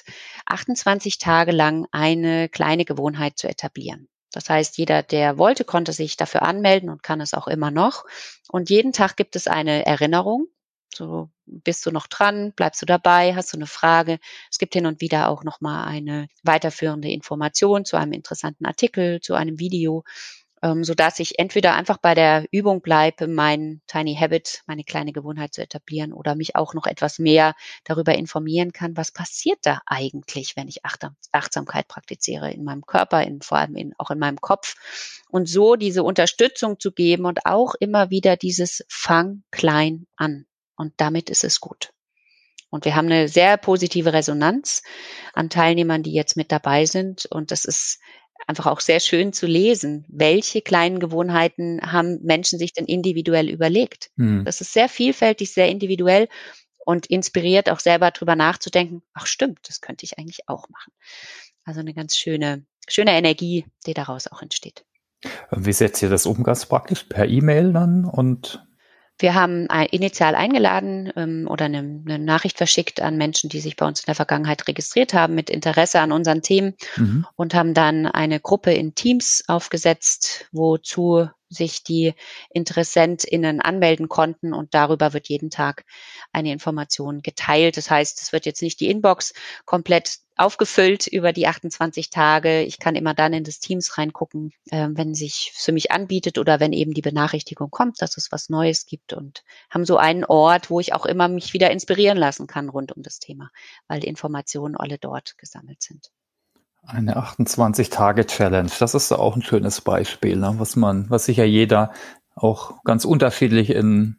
28 Tage lang eine kleine Gewohnheit zu etablieren. Das heißt, jeder, der wollte, konnte sich dafür anmelden und kann es auch immer noch. Und jeden Tag gibt es eine Erinnerung. So, bist du noch dran? Bleibst du dabei? Hast du eine Frage? Es gibt hin und wieder auch noch mal eine weiterführende Information zu einem interessanten Artikel, zu einem Video, sodass ich entweder einfach bei der Übung bleibe, mein Tiny Habit, meine kleine Gewohnheit zu etablieren oder mich auch noch etwas mehr darüber informieren kann, was passiert da eigentlich, wenn ich Achtsamkeit praktiziere in meinem Körper, vor allem auch in meinem Kopf. Und so diese Unterstützung zu geben und auch immer wieder dieses Fang klein an. Und damit ist es gut. Und wir haben eine sehr positive Resonanz an Teilnehmern, die jetzt mit dabei sind. Und das ist einfach auch sehr schön zu lesen. Welche kleinen Gewohnheiten haben Menschen sich denn individuell überlegt? Mhm. Das ist sehr vielfältig, sehr individuell und inspiriert auch selber drüber nachzudenken. Ach stimmt, das könnte ich eigentlich auch machen. Also eine ganz schöne Energie, die daraus auch entsteht. Wie setzt ihr das um ganz praktisch? Per E-Mail dann und Wir haben initial eingeladen oder eine Nachricht verschickt an Menschen, die sich bei uns in der Vergangenheit registriert haben mit Interesse an unseren Themen mhm. und haben dann eine Gruppe in Teams aufgesetzt, wozu sich die InteressentInnen anmelden konnten und darüber wird jeden Tag eine Information geteilt. Das heißt, es wird jetzt nicht die Inbox komplett aufgefüllt über die 28 Tage. Ich kann immer dann in das Teams reingucken, wenn sich für mich anbietet oder wenn eben die Benachrichtigung kommt, dass es was Neues gibt und haben so einen Ort, wo ich auch immer mich wieder inspirieren lassen kann rund um das Thema, weil die Informationen alle dort gesammelt sind. Eine 28-Tage-Challenge, das ist auch ein schönes Beispiel, ne? Was sicher jeder auch ganz unterschiedlich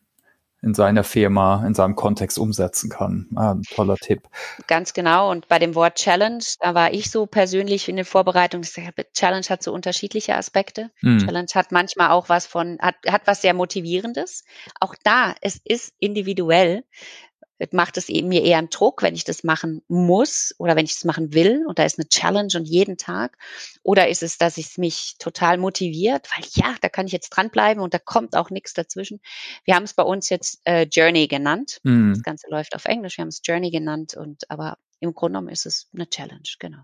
in seiner Firma, in seinem Kontext umsetzen kann. Ein toller Tipp. Ganz genau. Und bei dem Wort Challenge, da war ich so persönlich in der Vorbereitung, Challenge hat so unterschiedliche Aspekte. Mhm. Challenge hat manchmal auch hat was sehr Motivierendes. Auch da, es ist individuell. Macht es eben mir eher einen Druck, wenn ich das machen muss oder wenn ich es machen will und da ist eine Challenge und jeden Tag? Oder ist es, dass es mich total motiviert, weil ja, da kann ich jetzt dranbleiben und da kommt auch nichts dazwischen. Wir haben es bei uns jetzt Journey genannt. Das Mhm. Ganze läuft auf Englisch, wir haben es Journey genannt aber im Grunde genommen ist es eine Challenge, genau.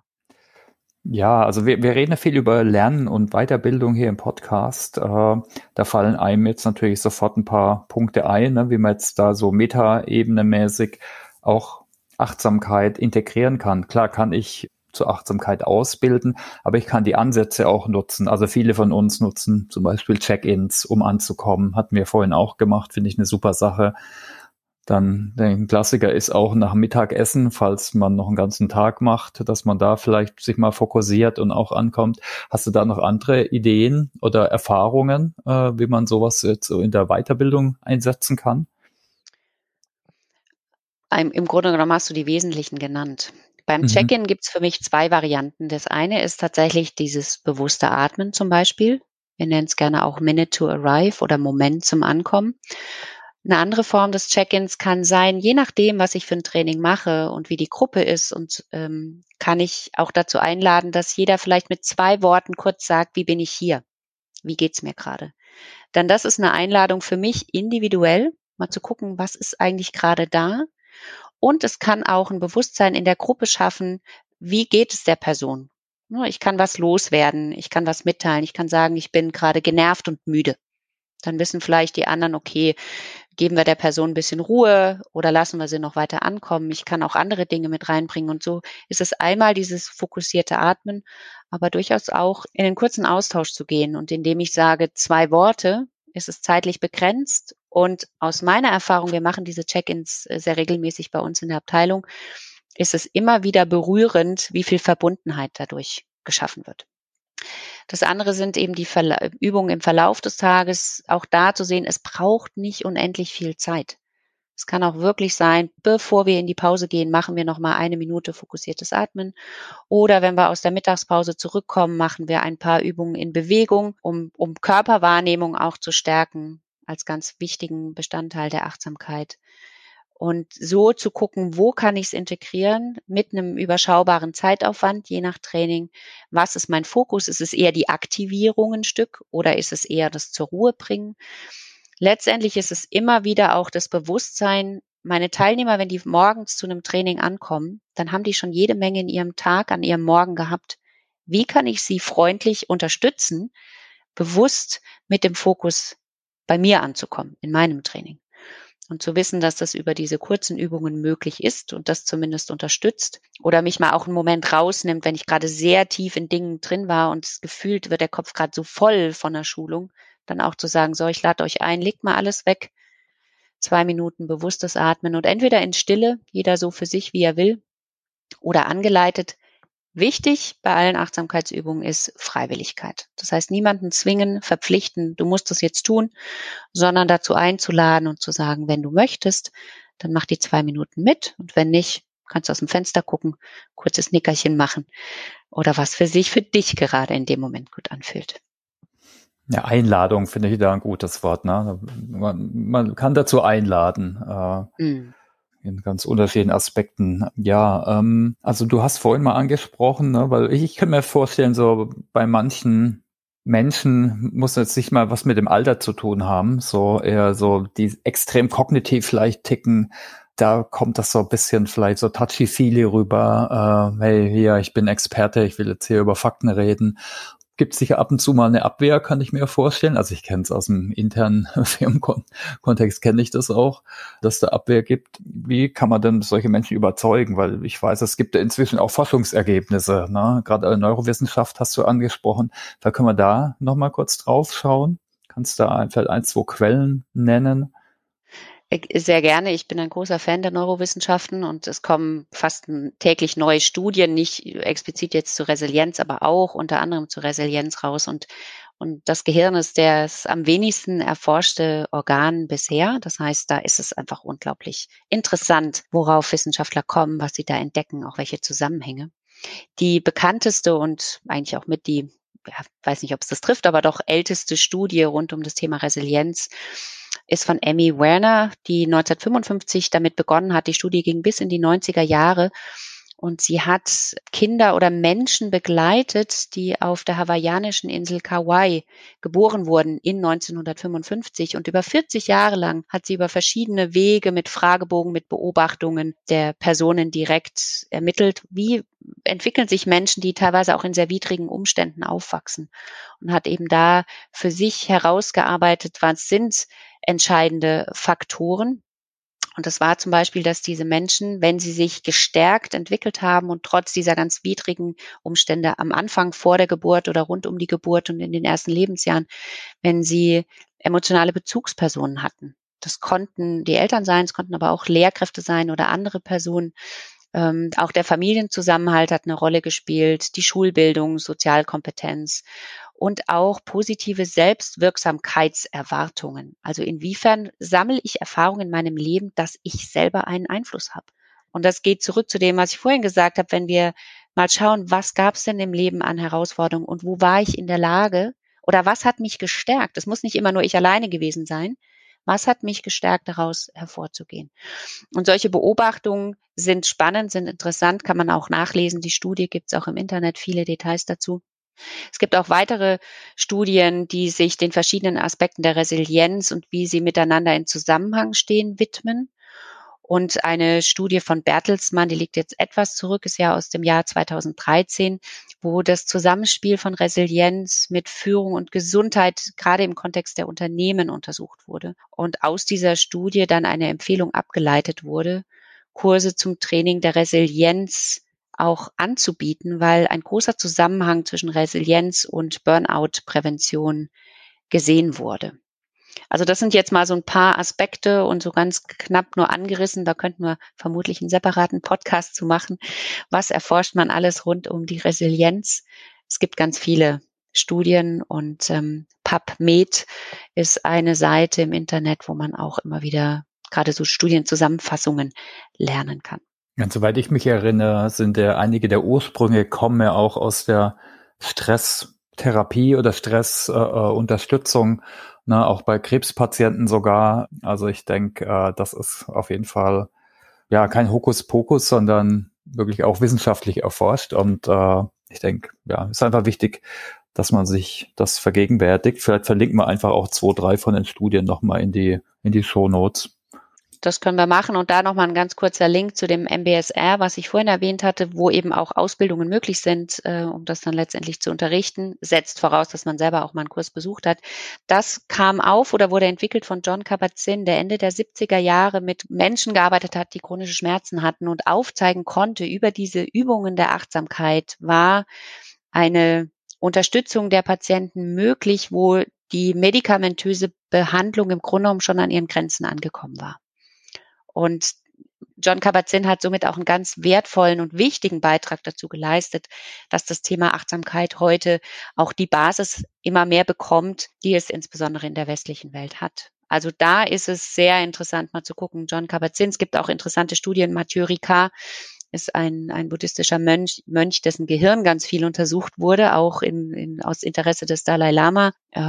Ja, also wir reden ja viel über Lernen und Weiterbildung hier im Podcast. Da fallen einem jetzt natürlich sofort ein paar Punkte ein, ne, wie man jetzt da so Metaebene-mäßig auch Achtsamkeit integrieren kann. Klar kann ich zur Achtsamkeit ausbilden, aber ich kann die Ansätze auch nutzen. Also viele von uns nutzen zum Beispiel Check-ins, um anzukommen. Hatten wir vorhin auch gemacht, finde ich eine super Sache. Dann der Klassiker ist auch nach dem Mittagessen, falls man noch einen ganzen Tag macht, dass man da vielleicht sich mal fokussiert und auch ankommt. Hast du da noch andere Ideen oder Erfahrungen, wie man sowas jetzt so in der Weiterbildung einsetzen kann? Im Grunde genommen hast du die wesentlichen genannt. Beim Mhm. Check-in gibt es für mich 2 Varianten. Das eine ist tatsächlich dieses bewusste Atmen zum Beispiel. Wir nennen es gerne auch Minute to Arrive oder Moment zum Ankommen. Eine andere Form des Check-ins kann sein, je nachdem, was ich für ein Training mache und wie die Gruppe ist und, kann ich auch dazu einladen, dass jeder vielleicht mit 2 Worten kurz sagt: „Wie bin ich hier? Wie geht's mir gerade?“ Denn das ist eine Einladung für mich individuell, mal zu gucken, was ist eigentlich gerade da? Und es kann auch ein Bewusstsein in der Gruppe schaffen, wie geht es der Person? Ne, ich kann was loswerden, ich kann was mitteilen, ich kann sagen, ich bin gerade genervt und müde. Dann wissen vielleicht die anderen, okay, geben wir der Person ein bisschen Ruhe oder lassen wir sie noch weiter ankommen. Ich kann auch andere Dinge mit reinbringen und so ist es einmal dieses fokussierte Atmen, aber durchaus auch in den kurzen Austausch zu gehen. Und indem ich sage 2 Worte, ist es zeitlich begrenzt und aus meiner Erfahrung, wir machen diese Check-ins, sehr regelmäßig bei uns in der Abteilung, ist es immer wieder berührend, wie viel Verbundenheit dadurch geschaffen wird. Das andere sind eben die Übungen im Verlauf des Tages, auch da zu sehen, es braucht nicht unendlich viel Zeit. Es kann auch wirklich sein, bevor wir in die Pause gehen, machen wir noch mal 1 Minute fokussiertes Atmen. Oder wenn wir aus der Mittagspause zurückkommen, machen wir ein paar Übungen in Bewegung, um Körperwahrnehmung auch zu stärken als ganz wichtigen Bestandteil der Achtsamkeit. Und so zu gucken, wo kann ich es integrieren mit einem überschaubaren Zeitaufwand, je nach Training. Was ist mein Fokus? Ist es eher die Aktivierung ein Stück oder ist es eher das zur Ruhe bringen? Letztendlich ist es immer wieder auch das Bewusstsein, meine Teilnehmer, wenn die morgens zu einem Training ankommen, dann haben die schon jede Menge in ihrem Tag, an ihrem Morgen gehabt. Wie kann ich sie freundlich unterstützen, bewusst mit dem Fokus bei mir anzukommen, in meinem Training? Und zu wissen, dass das über diese kurzen Übungen möglich ist und das zumindest unterstützt oder mich mal auch einen Moment rausnimmt, wenn ich gerade sehr tief in Dingen drin war und es gefühlt wird der Kopf gerade so voll von der Schulung, dann auch zu sagen: „So, ich lade euch ein, legt mal alles weg, 2 Minuten bewusstes Atmen“ und entweder in Stille, jeder so für sich, wie er will, oder angeleitet. Wichtig bei allen Achtsamkeitsübungen ist Freiwilligkeit. Das heißt, niemanden zwingen, verpflichten, du musst es jetzt tun, sondern dazu einzuladen und zu sagen, wenn du möchtest, dann mach die 2 Minuten mit und wenn nicht, kannst du aus dem Fenster gucken, kurzes Nickerchen machen oder was für sich für dich gerade in dem Moment gut anfühlt. Ja, Einladung finde ich da ein gutes Wort, ne? Man kann dazu einladen, Mhm. in ganz unterschiedlichen Aspekten. Ja, also du hast vorhin mal angesprochen, ne, weil ich kann mir vorstellen, so bei manchen Menschen muss jetzt nicht mal was mit dem Alter zu tun haben, so eher so, die extrem kognitiv vielleicht ticken. Da kommt das so ein bisschen vielleicht so touchy-feely rüber. Hey, hier, ich bin Experte, ich will jetzt hier über Fakten reden. Gibt sicher ab und zu mal eine Abwehr, kann ich mir vorstellen. Also ich kenne es aus dem internen Firmenkontext, kenne ich das auch, dass da Abwehr gibt. Wie kann man denn solche Menschen überzeugen? Weil ich weiß, es gibt ja inzwischen auch Forschungsergebnisse, ne? Gerade Neurowissenschaft hast du angesprochen. Da können wir da nochmal kurz drauf schauen. Kannst du da vielleicht 1, 2 Quellen nennen? Sehr gerne. Ich bin ein großer Fan der Neurowissenschaften und es kommen fast täglich neue Studien, nicht explizit jetzt zur Resilienz, aber auch unter anderem zur Resilienz raus. Und das Gehirn ist das am wenigsten erforschte Organ bisher. Das heißt, da ist es einfach unglaublich interessant, worauf Wissenschaftler kommen, was sie da entdecken, auch welche Zusammenhänge. Die bekannteste und eigentlich auch mit die, ja, weiß nicht, ob es das trifft, aber doch älteste Studie rund um das Thema Resilienz ist von Emmy Werner, die 1955 damit begonnen hat. Die Studie ging bis in die 90er Jahre und sie hat Kinder oder Menschen begleitet, die auf der hawaiianischen Insel Kauai geboren wurden in 1955 und über 40 Jahre lang hat sie über verschiedene Wege mit Fragebogen, mit Beobachtungen der Personen direkt ermittelt, wie entwickeln sich Menschen, die teilweise auch in sehr widrigen Umständen aufwachsen und hat eben da für sich herausgearbeitet, was sind entscheidende Faktoren Und das war zum Beispiel, dass diese Menschen, wenn sie sich gestärkt entwickelt haben und trotz dieser ganz widrigen Umstände am Anfang vor der Geburt oder rund um die Geburt und in den ersten Lebensjahren, wenn sie emotionale Bezugspersonen hatten. Das konnten die Eltern sein, es konnten aber auch Lehrkräfte sein oder andere Personen. Auch der Familienzusammenhalt hat eine Rolle gespielt, die Schulbildung, Sozialkompetenz und auch positive Selbstwirksamkeitserwartungen. Also inwiefern sammle ich Erfahrungen in meinem Leben, dass ich selber einen Einfluss habe. Und das geht zurück zu dem, was ich vorhin gesagt habe, wenn wir mal schauen, was gab es denn im Leben an Herausforderungen und wo war ich in der Lage oder was hat mich gestärkt? Es muss nicht immer nur ich alleine gewesen sein. Was hat mich gestärkt, daraus hervorzugehen? Und solche Beobachtungen sind spannend, sind interessant, kann man auch nachlesen. Die Studie gibt es auch im Internet, viele Details dazu. Es gibt auch weitere Studien, die sich den verschiedenen Aspekten der Resilienz und wie sie miteinander in Zusammenhang stehen, widmen. Und eine Studie von Bertelsmann, die liegt jetzt etwas zurück, ist ja aus dem Jahr 2013, wo das Zusammenspiel von Resilienz mit Führung und Gesundheit gerade im Kontext der Unternehmen untersucht wurde. Und aus dieser Studie dann eine Empfehlung abgeleitet wurde, Kurse zum Training der Resilienz auch anzubieten, weil ein großer Zusammenhang zwischen Resilienz und Burnout-Prävention gesehen wurde. Also das sind jetzt mal so ein paar Aspekte und so ganz knapp nur angerissen. Da könnten wir vermutlich einen separaten Podcast zu machen. Was erforscht man alles rund um die Resilienz? Es gibt ganz viele Studien und PubMed ist eine Seite im Internet, wo man auch immer wieder gerade so Studienzusammenfassungen lernen kann. Und soweit ich mich erinnere, sind einige der Ursprünge kommen ja auch aus der Stresstherapie oder Stressunterstützung, ne, auch bei Krebspatienten sogar. Also ich denke, das ist auf jeden Fall ja kein Hokuspokus, sondern wirklich auch wissenschaftlich erforscht. Und ich denke, ja, ist einfach wichtig, dass man sich das vergegenwärtigt. Vielleicht verlinken wir einfach auch 2, 3 von den Studien nochmal in die Shownotes. Das können wir machen. Und da nochmal ein ganz kurzer Link zu dem MBSR, was ich vorhin erwähnt hatte, wo eben auch Ausbildungen möglich sind, um das dann letztendlich zu unterrichten. Setzt voraus, dass man selber auch mal einen Kurs besucht hat. Das kam auf oder wurde entwickelt von Jon Kabat-Zinn, der Ende der 70er Jahre mit Menschen gearbeitet hat, die chronische Schmerzen hatten und aufzeigen konnte, über diese Übungen der Achtsamkeit war eine Unterstützung der Patienten möglich, wo die medikamentöse Behandlung im Grunde genommen schon an ihren Grenzen angekommen war. Und Jon Kabat-Zinn hat somit auch einen ganz wertvollen und wichtigen Beitrag dazu geleistet, dass das Thema Achtsamkeit heute auch die Basis immer mehr bekommt, die es insbesondere in der westlichen Welt hat. Also da ist es sehr interessant, mal zu gucken. Jon Kabat-Zinn, es gibt auch interessante Studien. Mathieu Ricard ist ein buddhistischer Mönch, dessen Gehirn ganz viel untersucht wurde, auch aus Interesse des Dalai Lama,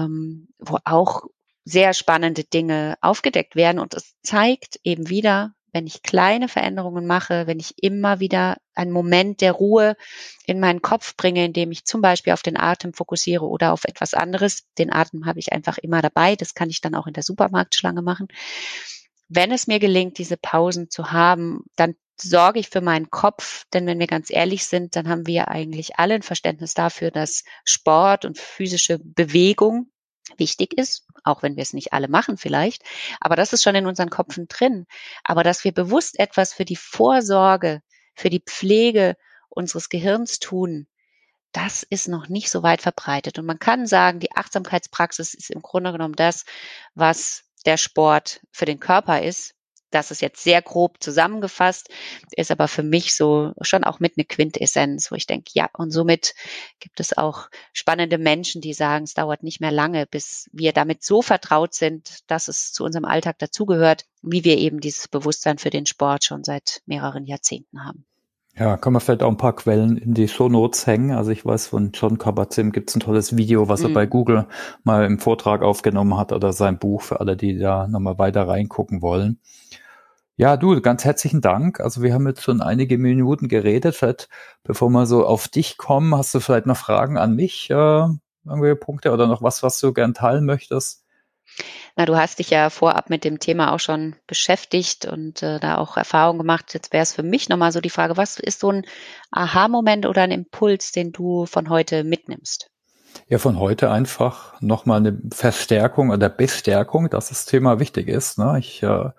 wo auch sehr spannende Dinge aufgedeckt werden. Und es zeigt eben wieder, wenn ich kleine Veränderungen mache, wenn ich immer wieder einen Moment der Ruhe in meinen Kopf bringe, indem ich zum Beispiel auf den Atem fokussiere oder auf etwas anderes. Den Atem habe ich einfach immer dabei. Das kann ich dann auch in der Supermarktschlange machen. Wenn es mir gelingt, diese Pausen zu haben, dann sorge ich für meinen Kopf, denn wenn wir ganz ehrlich sind, dann haben wir eigentlich alle ein Verständnis dafür, dass Sport und physische Bewegung wichtig ist, auch wenn wir es nicht alle machen vielleicht, aber das ist schon in unseren Köpfen drin. Aber dass wir bewusst etwas für die Vorsorge, für die Pflege unseres Gehirns tun, das ist noch nicht so weit verbreitet. Und man kann sagen, die Achtsamkeitspraxis ist im Grunde genommen das, was der Sport für den Körper ist. Das ist jetzt sehr grob zusammengefasst, ist aber für mich so schon auch mit eine Quintessenz, wo ich denke, ja, und somit gibt es auch spannende Menschen, die sagen, es dauert nicht mehr lange, bis wir damit so vertraut sind, dass es zu unserem Alltag dazugehört, wie wir eben dieses Bewusstsein für den Sport schon seit mehreren Jahrzehnten haben. Ja, kann man vielleicht auch ein paar Quellen in die Shownotes hängen. Also ich weiß, von Jon Kabat-Zinn gibt es ein tolles Video, was er bei Google mal im Vortrag aufgenommen hat oder sein Buch für alle, die da nochmal weiter reingucken wollen. Ja, du, ganz herzlichen Dank. Also wir haben jetzt schon einige Minuten geredet. Vielleicht, bevor wir so auf dich kommen, hast du vielleicht noch Fragen an mich, irgendwelche Punkte oder noch was du gern teilen möchtest? Na, du hast dich ja vorab mit dem Thema auch schon beschäftigt und da auch Erfahrung gemacht. Jetzt wäre es für mich nochmal so die Frage, was ist so ein Aha-Moment oder ein Impuls, den du von heute mitnimmst? Ja, von heute einfach nochmal eine Verstärkung oder Bestärkung, dass das Thema wichtig ist. Ne? Ich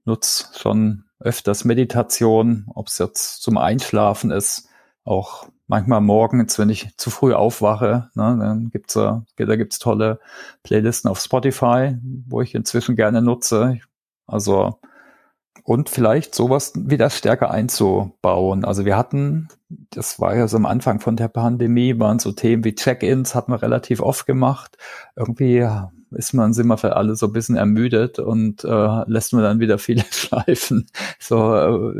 nutze schon öfters Meditation, ob es jetzt zum Einschlafen ist, auch manchmal morgens, wenn ich zu früh aufwache, ne, dann da gibt's tolle Playlisten auf Spotify, wo ich inzwischen gerne nutze. Also, und vielleicht sowas wieder stärker einzubauen. Also das war ja so am Anfang von der Pandemie, waren so Themen wie Check-ins, hat man relativ oft gemacht. Irgendwie sind wir für alle so ein bisschen ermüdet und lässt man dann wieder viele schleifen. So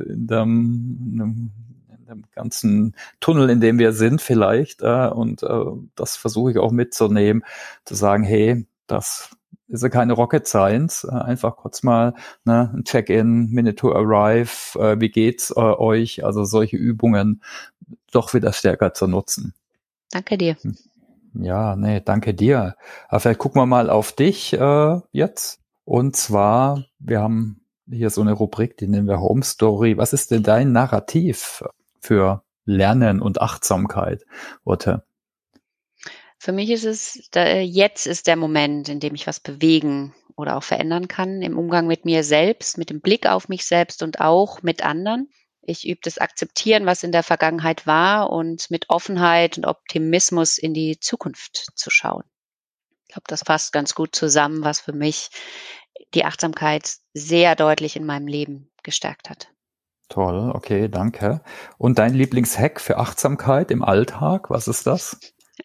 in dem ganzen Tunnel, in dem wir sind vielleicht. Und das versuche ich auch mitzunehmen, zu sagen, hey, das ist ja keine Rocket Science, einfach kurz mal ein Check-in, Minute to Arrive, wie geht's euch? Also solche Übungen doch wieder stärker zu nutzen. Danke dir. Ja, nee, danke dir. Aber vielleicht gucken wir mal auf dich jetzt. Und zwar, wir haben hier so eine Rubrik, die nennen wir Home Story. Was ist denn dein Narrativ für Lernen und Achtsamkeit, Ute? Für mich ist jetzt ist der Moment, in dem ich was bewegen oder auch verändern kann im Umgang mit mir selbst, mit dem Blick auf mich selbst und auch mit anderen. Ich übe das Akzeptieren, was in der Vergangenheit war und mit Offenheit und Optimismus in die Zukunft zu schauen. Ich glaube, das fasst ganz gut zusammen, was für mich die Achtsamkeit sehr deutlich in meinem Leben gestärkt hat. Toll, okay, danke. Und dein Lieblingshack für Achtsamkeit im Alltag, was ist das?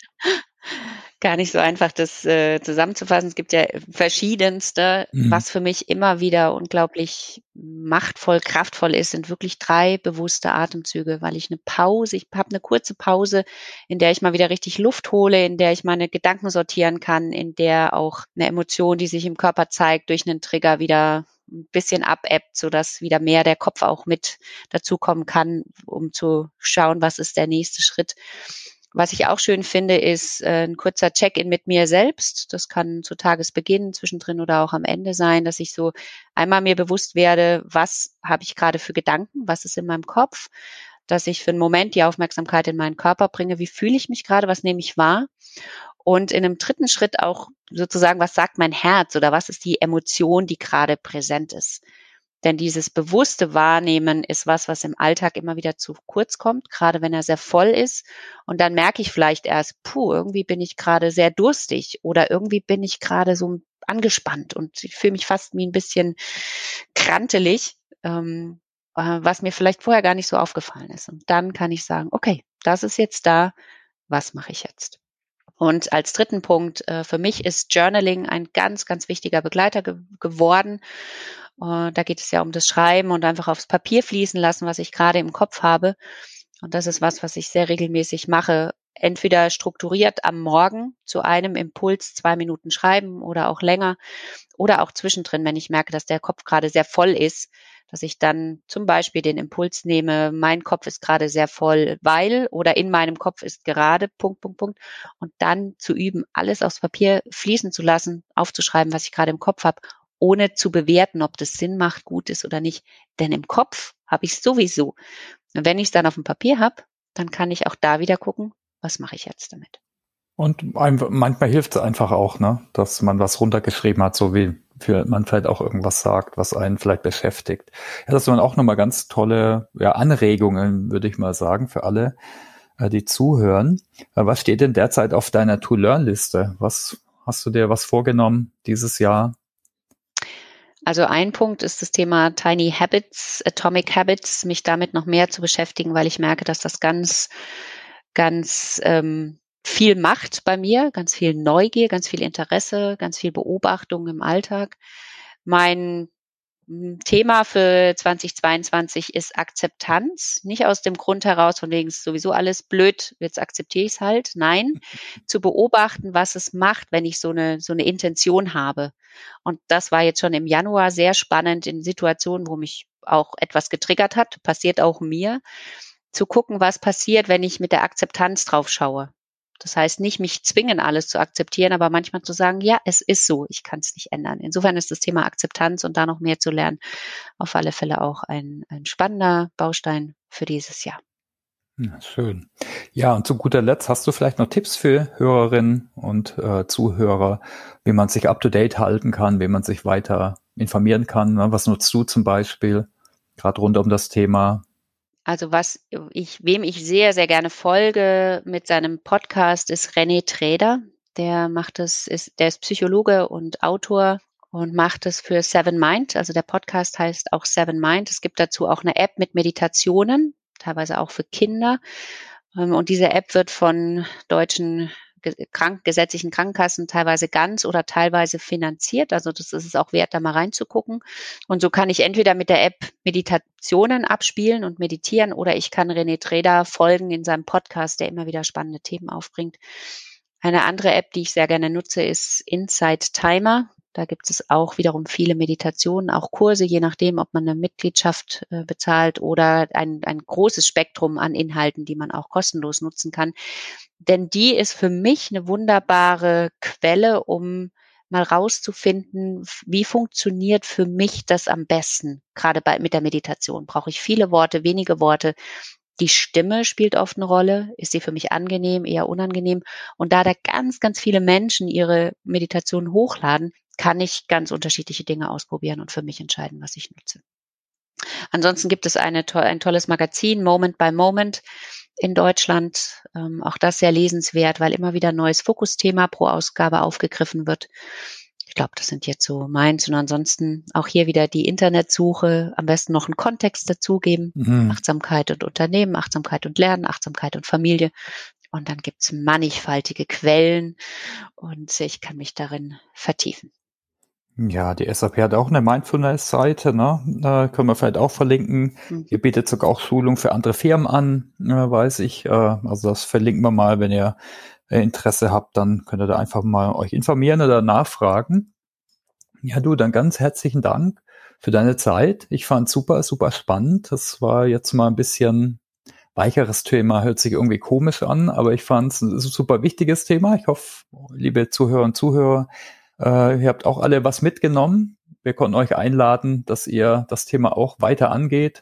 Gar nicht so einfach, das zusammenzufassen. Es gibt ja verschiedenste. Mhm. Was für mich immer wieder unglaublich machtvoll, kraftvoll ist, sind wirklich 3 bewusste Atemzüge, weil ich habe eine kurze Pause, in der ich mal wieder richtig Luft hole, in der ich meine Gedanken sortieren kann, in der auch eine Emotion, die sich im Körper zeigt, durch einen Trigger wieder ein bisschen abebbt, sodass wieder mehr der Kopf auch mit dazukommen kann, um zu schauen, was ist der nächste Schritt. Was ich auch schön finde, ist 'n kurzer Check-in mit mir selbst. Das kann zu Tagesbeginn, zwischendrin oder auch am Ende sein, dass ich so einmal mir bewusst werde, was habe ich gerade für Gedanken, was ist in meinem Kopf, dass ich für 'n Moment die Aufmerksamkeit in meinen Körper bringe. Wie fühle ich mich gerade? Was nehme ich wahr? Und in 'nem dritten Schritt auch sozusagen, was sagt mein Herz oder was ist die Emotion, die gerade präsent ist? Denn dieses bewusste Wahrnehmen ist was im Alltag immer wieder zu kurz kommt, gerade wenn er sehr voll ist. Und dann merke ich vielleicht erst, irgendwie bin ich gerade sehr durstig oder irgendwie bin ich gerade so angespannt und ich fühle mich fast wie ein bisschen krantelig, was mir vielleicht vorher gar nicht so aufgefallen ist. Und dann kann ich sagen: „Okay, das ist jetzt da. Was mache ich jetzt?“ Und als dritten Punkt, für mich ist Journaling ein ganz, ganz wichtiger Begleiter geworden. Da geht es ja um das Schreiben und einfach aufs Papier fließen lassen, was ich gerade im Kopf habe. Und das ist was ich sehr regelmäßig mache. Entweder strukturiert am Morgen zu einem Impuls 2 Minuten schreiben oder auch länger oder auch zwischendrin, wenn ich merke, dass der Kopf gerade sehr voll ist, dass ich dann zum Beispiel den Impuls nehme, mein Kopf ist gerade sehr voll, weil oder in meinem Kopf ist gerade Punkt, Punkt, Punkt. Und dann zu üben, alles aufs Papier fließen zu lassen, aufzuschreiben, was ich gerade im Kopf habe, ohne zu bewerten, ob das Sinn macht, gut ist oder nicht. Denn im Kopf habe ich es sowieso. Und wenn ich es dann auf dem Papier habe, dann kann ich auch da wieder gucken, was mache ich jetzt damit. Und manchmal hilft es einfach auch, ne, dass man was runtergeschrieben hat, so wie man vielleicht auch irgendwas sagt, was einen vielleicht beschäftigt. Ja, das waren auch nochmal ganz tolle Anregungen, würde ich mal sagen, für alle, die zuhören. Was steht denn derzeit auf deiner To-Learn-Liste? Hast du dir was vorgenommen dieses Jahr? Also ein Punkt ist das Thema Tiny Habits, Atomic Habits, mich damit noch mehr zu beschäftigen, weil ich merke, dass das ganz, ganz viel macht bei mir, ganz viel Neugier, ganz viel Interesse, ganz viel Beobachtung im Alltag. Mein Thema für 2022 ist Akzeptanz. Nicht aus dem Grund heraus, von wegen es ist sowieso alles blöd, jetzt akzeptiere ich es halt. Nein, zu beobachten, was es macht, wenn ich so eine Intention habe. Und das war jetzt schon im Januar sehr spannend in Situationen, wo mich auch etwas getriggert hat, passiert auch mir, zu gucken, was passiert, wenn ich mit der Akzeptanz drauf schaue. Das heißt nicht mich zwingen, alles zu akzeptieren, aber manchmal zu sagen, ja, es ist so, ich kann es nicht ändern. Insofern ist das Thema Akzeptanz und da noch mehr zu lernen auf alle Fälle auch ein spannender Baustein für dieses Jahr. Ja, schön. Ja, und zu guter Letzt hast du vielleicht noch Tipps für Hörerinnen und Zuhörer, wie man sich up-to-date halten kann, wie man sich weiter informieren kann. Ne? Was nutzt du zum Beispiel gerade rund um das Thema? Also wem ich sehr, sehr gerne folge mit seinem Podcast, ist René Träder. Der ist Psychologe und Autor und macht es für Seven Mind. Also der Podcast heißt auch Seven Mind. Es gibt dazu auch eine App mit Meditationen, teilweise auch für Kinder. Und diese App wird von deutschen gesetzlichen Krankenkassen teilweise ganz oder teilweise finanziert. Also das ist es auch wert, da mal reinzugucken. Und so kann ich entweder mit der App Meditationen abspielen und meditieren oder ich kann René Träder folgen in seinem Podcast, der immer wieder spannende Themen aufbringt. Eine andere App, die ich sehr gerne nutze, ist Insight Timer. Da gibt es auch wiederum viele Meditationen, auch Kurse, je nachdem, ob man eine Mitgliedschaft bezahlt oder ein großes Spektrum an Inhalten, die man auch kostenlos nutzen kann. Denn die ist für mich eine wunderbare Quelle, um mal rauszufinden, wie funktioniert für mich das am besten. Gerade mit der Meditation brauche ich viele Worte, wenige Worte. Die Stimme spielt oft eine Rolle. Ist sie für mich angenehm, eher unangenehm? Und da ganz, ganz viele Menschen ihre Meditationen hochladen, kann ich ganz unterschiedliche Dinge ausprobieren und für mich entscheiden, was ich nutze. Ansonsten gibt es ein tolles Magazin, Moment by Moment in Deutschland. Auch das sehr lesenswert, weil immer wieder ein neues Fokusthema pro Ausgabe aufgegriffen wird. Ich glaube, das sind jetzt so meins. Und ansonsten auch hier wieder die Internetsuche, am besten noch einen Kontext dazugeben. Achtsamkeit und Unternehmen, Achtsamkeit und Lernen, Achtsamkeit und Familie. Und dann gibt's mannigfaltige Quellen und ich kann mich darin vertiefen. Ja, die SAP hat auch eine Mindfulness-Seite, ne? Können wir vielleicht auch verlinken. Ihr bietet sogar auch Schulung für andere Firmen an, weiß ich. Also das verlinken wir mal, wenn ihr Interesse habt, dann könnt ihr da einfach mal euch informieren oder nachfragen. Ja, du, dann ganz herzlichen Dank für deine Zeit. Ich fand super, super spannend. Das war jetzt mal ein bisschen weicheres Thema, hört sich irgendwie komisch an, aber ich fand es ein super wichtiges Thema. Ich hoffe, liebe Zuhörer und Zuhörer, ihr habt auch alle was mitgenommen. Wir konnten euch einladen, dass ihr das Thema auch weiter angeht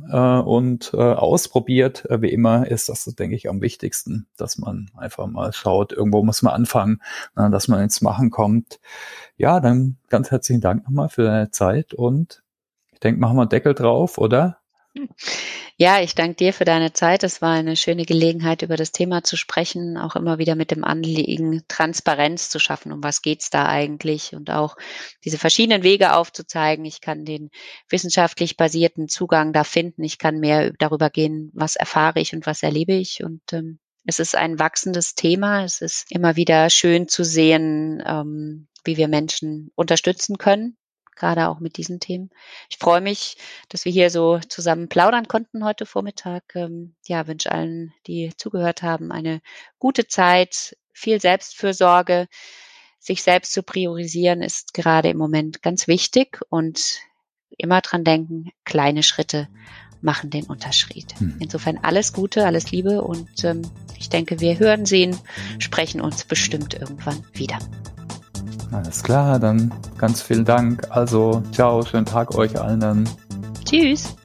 und ausprobiert. Wie immer ist das, denke ich, am wichtigsten, dass man einfach mal schaut, irgendwo muss man anfangen, dass man ins Machen kommt. Ja, dann ganz herzlichen Dank nochmal für deine Zeit und ich denke, machen wir einen Deckel drauf, oder? Ja, ich danke dir für deine Zeit. Es war eine schöne Gelegenheit, über das Thema zu sprechen, auch immer wieder mit dem Anliegen, Transparenz zu schaffen. Um was geht's da eigentlich? Und auch diese verschiedenen Wege aufzuzeigen. Ich kann den wissenschaftlich basierten Zugang da finden. Ich kann mehr darüber gehen, was erfahre ich und was erlebe ich. Und es ist ein wachsendes Thema. Es ist immer wieder schön zu sehen, wie wir Menschen unterstützen können, gerade auch mit diesen Themen. Ich freue mich, dass wir hier so zusammen plaudern konnten heute Vormittag. Wünsche allen, die zugehört haben, eine gute Zeit, viel Selbstfürsorge. Sich selbst zu priorisieren ist gerade im Moment ganz wichtig und immer dran denken, kleine Schritte machen den Unterschied. Insofern alles Gute, alles Liebe und ich denke, wir hören, sehen, sprechen uns bestimmt irgendwann wieder. Alles klar, dann ganz vielen Dank. Also, ciao, schönen Tag euch allen. Tschüss.